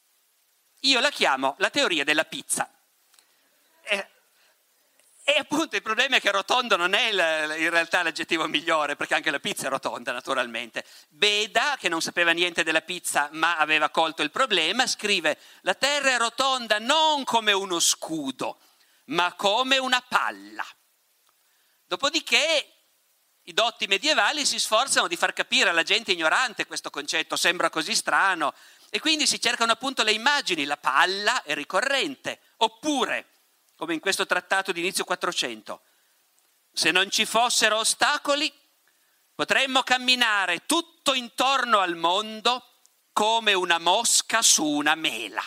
Io la chiamo la teoria della pizza. E, e appunto il problema è che rotondo non è il, in realtà l'aggettivo migliore, perché anche la pizza è rotonda naturalmente. Beda, che non sapeva niente della pizza ma aveva colto il problema, scrive: la Terra è rotonda non come uno scudo, ma come una palla. Dopodiché i dotti medievali si sforzano di far capire alla gente ignorante questo concetto, sembra così strano, e quindi si cercano appunto le immagini. La palla è ricorrente, oppure, come in questo trattato di inizio quattrocento, se non ci fossero ostacoli potremmo camminare tutto intorno al mondo come una mosca su una mela.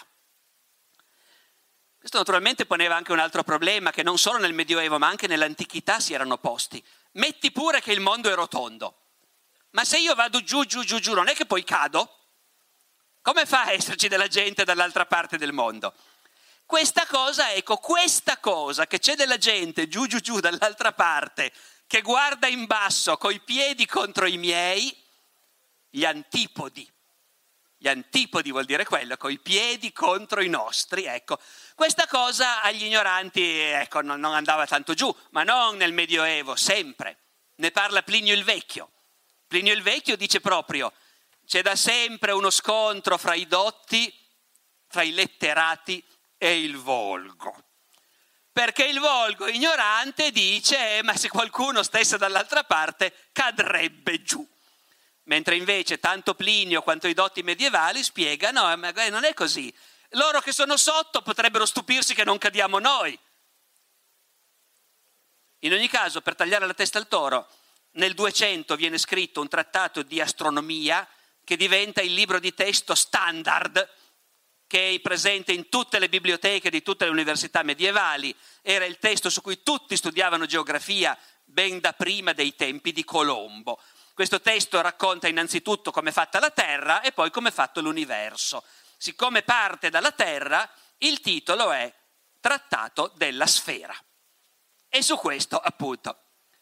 Questo naturalmente poneva anche un altro problema che non solo nel Medioevo ma anche nell'antichità si erano posti. Metti pure che il mondo è rotondo, ma se io vado giù, giù, giù, giù, non è che poi cado? Come fa a esserci della gente dall'altra parte del mondo? Questa cosa, ecco, questa cosa che c'è della gente giù, giù, giù dall'altra parte, che guarda in basso coi piedi contro i miei, gli antipodi. Gli antipodi vuol dire quello, coi piedi contro i nostri, ecco. Questa cosa agli ignoranti, ecco, non, non andava tanto giù, ma non nel Medioevo, sempre. Ne parla Plinio il Vecchio. Plinio il Vecchio dice proprio: c'è da sempre uno scontro fra i dotti, fra i letterati e il volgo. Perché il volgo ignorante dice: eh, ma se qualcuno stesse dall'altra parte cadrebbe giù. Mentre invece tanto Plinio quanto i dotti medievali spiegano: ma non è così. Loro che sono sotto potrebbero stupirsi che non cadiamo noi. In ogni caso, per tagliare la testa al toro, nel duecento viene scritto un trattato di astronomia che diventa il libro di testo standard, che è presente in tutte le biblioteche di tutte le università medievali. Era il testo su cui tutti studiavano geografia ben da prima dei tempi di Colombo. Questo testo racconta innanzitutto come è fatta la Terra e poi come è fatto l'universo. Siccome parte dalla Terra, il titolo è Trattato della Sfera. E su questo, appunto,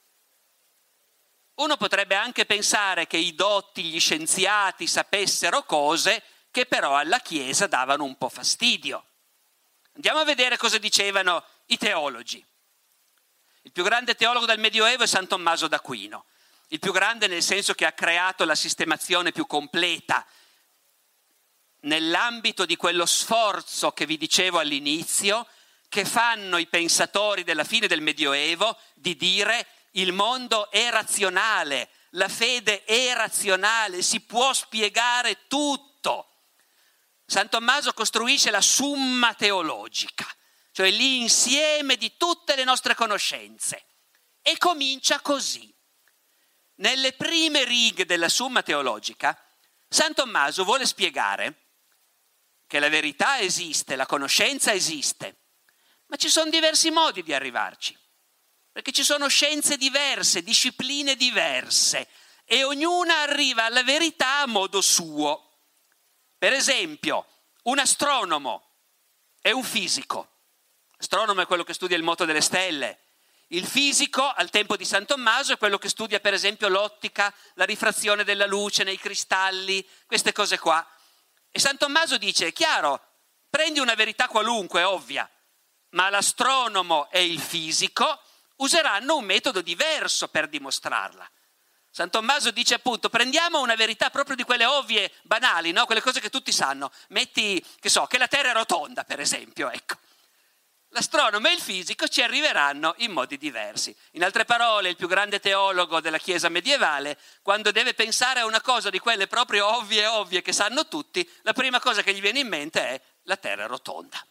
uno potrebbe anche pensare che i dotti, gli scienziati sapessero cose che però alla Chiesa davano un po' fastidio. Andiamo a vedere cosa dicevano i teologi. Il più grande teologo del Medioevo è San Tommaso d'Aquino. Il più grande nel senso che ha creato la sistemazione più completa nell'ambito di quello sforzo che vi dicevo all'inizio, che fanno i pensatori della fine del Medioevo di dire: il mondo è razionale, la fede è razionale, si può spiegare tutto. San Tommaso costruisce la summa teologica, cioè l'insieme di tutte le nostre conoscenze, e comincia così. Nelle prime righe della Summa Teologica, San Tommaso vuole spiegare che la verità esiste, la conoscenza esiste, ma ci sono diversi modi di arrivarci, perché ci sono scienze diverse, discipline diverse, e ognuna arriva alla verità a modo suo. Per esempio, un astronomo è un fisico. L'astronomo è quello che studia il moto delle stelle. Il fisico, al tempo di San Tommaso, è quello che studia per esempio l'ottica, la rifrazione della luce nei cristalli, queste cose qua. E San Tommaso dice, è chiaro, prendi una verità qualunque, ovvia, ma l'astronomo e il fisico useranno un metodo diverso per dimostrarla. San Tommaso dice appunto, prendiamo una verità proprio di quelle ovvie, banali, no? Quelle cose che tutti sanno. Metti, che so, che la Terra è rotonda, per esempio, ecco. L'astronomo e il fisico ci arriveranno in modi diversi. In altre parole, il più grande teologo della Chiesa medievale, quando deve pensare a una cosa di quelle proprio ovvie ovvie che sanno tutti, la prima cosa che gli viene in mente è la Terra è rotonda.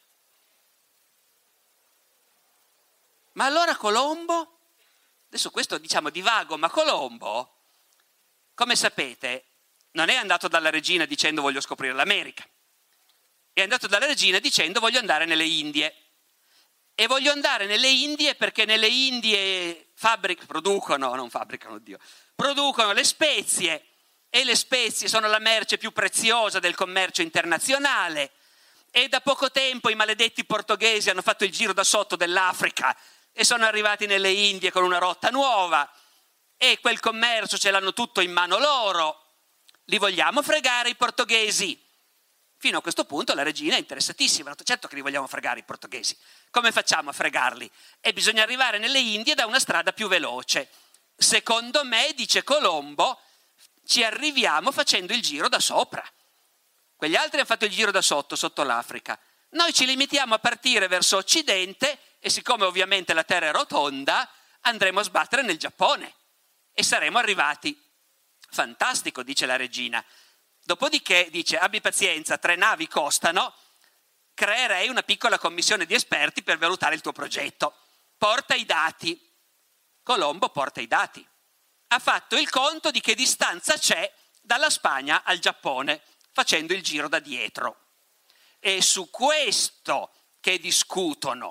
Ma allora Colombo? Adesso questo diciamo divago, ma Colombo, come sapete, non è andato dalla regina dicendo voglio scoprire l'America. È andato dalla regina dicendo voglio andare nelle Indie. E voglio andare nelle Indie perché nelle Indie fabbric- producono, non fabbricano, oddio, producono le spezie e le spezie sono la merce più preziosa del commercio internazionale e da poco tempo i maledetti portoghesi hanno fatto il giro da sotto dell'Africa e sono arrivati nelle Indie con una rotta nuova e quel commercio ce l'hanno tutto in mano loro. Li vogliamo fregare i portoghesi? Fino a questo punto la regina è interessatissima, certo che li vogliamo fregare i portoghesi. Come facciamo a fregarli? E bisogna arrivare nelle Indie da una strada più veloce. Secondo me, dice Colombo, ci arriviamo facendo il giro da sopra. Quegli altri hanno fatto il giro da sotto, sotto l'Africa. Noi ci limitiamo a partire verso occidente e siccome ovviamente la terra è rotonda, andremo a sbattere nel Giappone e saremo arrivati. Fantastico, dice la regina. Dopodiché dice, abbi pazienza, tre navi costano, creerei una piccola commissione di esperti per valutare il tuo progetto. Porta i dati. Colombo porta i dati. Ha fatto il conto di che distanza c'è dalla Spagna al Giappone, facendo il giro da dietro. E su questo che discutono.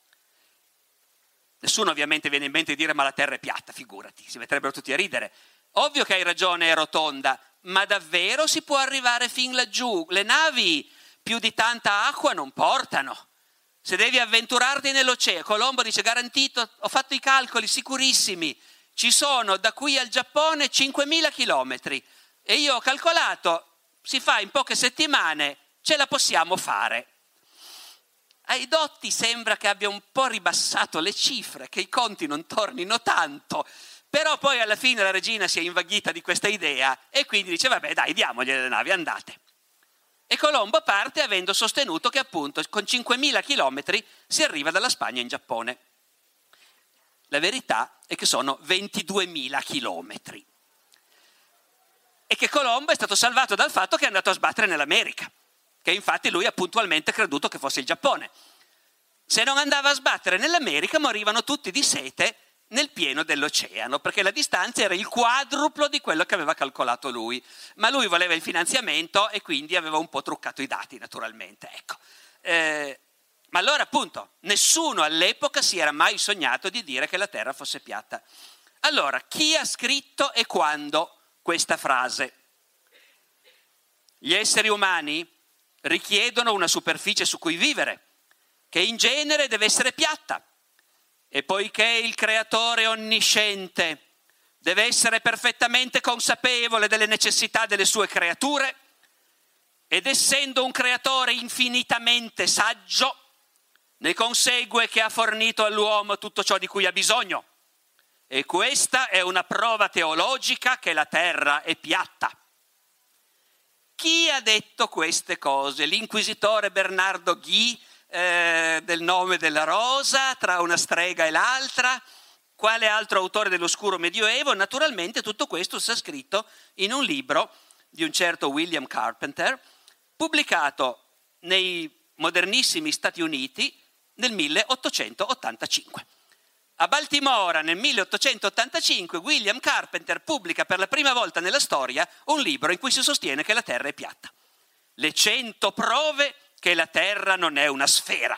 Nessuno ovviamente viene in mente di dire ma la terra è piatta, figurati, si metterebbero tutti a ridere. Ovvio che hai ragione, è rotonda, ma davvero si può arrivare fin laggiù? Le navi più di tanta acqua non portano. Se devi avventurarti nell'oceano, Colombo dice garantito, ho fatto i calcoli sicurissimi, ci sono da qui al Giappone cinquemila chilometri e io ho calcolato, si fa in poche settimane, ce la possiamo fare. Ai dotti sembra che abbia un po' ribassato le cifre, che i conti non tornino tanto, però poi alla fine la regina si è invaghita di questa idea e quindi dice vabbè dai, diamogliele le navi, andate. E Colombo parte avendo sostenuto che appunto con cinquemila chilometri si arriva dalla Spagna in Giappone. La verità è che sono ventiduemila chilometri e che Colombo è stato salvato dal fatto che è andato a sbattere nell'America, che infatti lui ha puntualmente creduto che fosse il Giappone. Se non andava a sbattere nell'America morivano tutti di sete nel pieno dell'oceano, perché la distanza era il quadruplo di quello che aveva calcolato lui. Ma lui voleva il finanziamento e quindi aveva un po' truccato i dati, naturalmente. Ecco. Eh, ma allora, appunto, nessuno all'epoca si era mai sognato di dire che la Terra fosse piatta. Allora, chi ha scritto e quando questa frase? Gli esseri umani richiedono una superficie su cui vivere, che in genere deve essere piatta. E poiché il creatore onnisciente deve essere perfettamente consapevole delle necessità delle sue creature, ed essendo un creatore infinitamente saggio, ne consegue che ha fornito all'uomo tutto ciò di cui ha bisogno. E questa è una prova teologica che la terra è piatta. Chi ha detto queste cose? L'inquisitore Bernardo Gui, Eh, del nome della rosa, tra una strega e l'altra, quale altro autore dell'oscuro medioevo? Naturalmente tutto questo sta scritto in un libro di un certo William Carpenter, pubblicato nei modernissimi Stati Uniti nel milleottocentottantacinque. A Baltimora nel milleottocentottantacinque William Carpenter pubblica per la prima volta nella storia un libro in cui si sostiene che la Terra è piatta. Le cento prove che la Terra non è una sfera.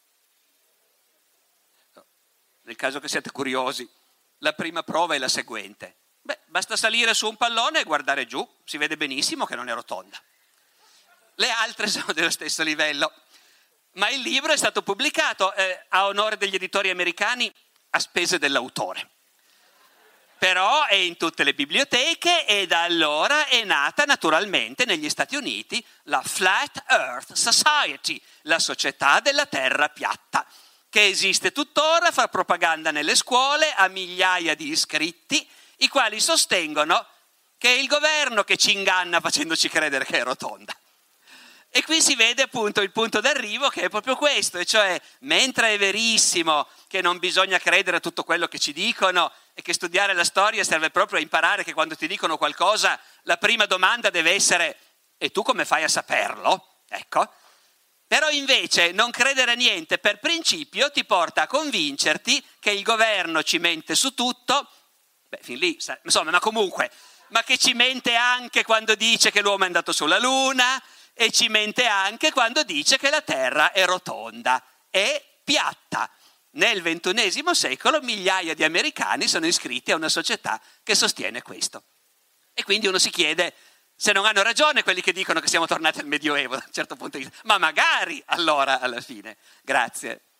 Nel caso che siate curiosi, la prima prova è la seguente. Beh, basta salire su un pallone e guardare giù, si vede benissimo che non è rotonda. le altre sono dello stesso livello. Ma il libro è stato pubblicato eh, a onore degli editori americani a spese dell'autore. Però è in tutte le biblioteche e da allora è nata naturalmente negli Stati Uniti la Flat Earth Society, la società della terra piatta, che esiste tuttora, fa propaganda nelle scuole, ha migliaia di iscritti, i quali sostengono che è il governo che ci inganna facendoci credere che è rotonda. E qui si vede appunto il punto d'arrivo, che è proprio questo, e cioè mentre è verissimo che non bisogna credere a tutto quello che ci dicono e che studiare la storia serve proprio a imparare che quando ti dicono qualcosa la prima domanda deve essere e tu come fai a saperlo? Ecco. Però invece non credere a niente per principio ti porta a convincerti che il governo ci mente su tutto, beh fin lì, insomma, ma comunque, ma che ci mente anche quando dice che l'uomo è andato sulla Luna, e ci mente anche quando dice che la Terra è rotonda, è piatta. Nel ventunesimo secolo migliaia di americani sono iscritti a una società che sostiene questo. E quindi uno si chiede se non hanno ragione quelli che dicono che siamo tornati al Medioevo da un certo punto di vista. Ma magari allora alla fine. Grazie.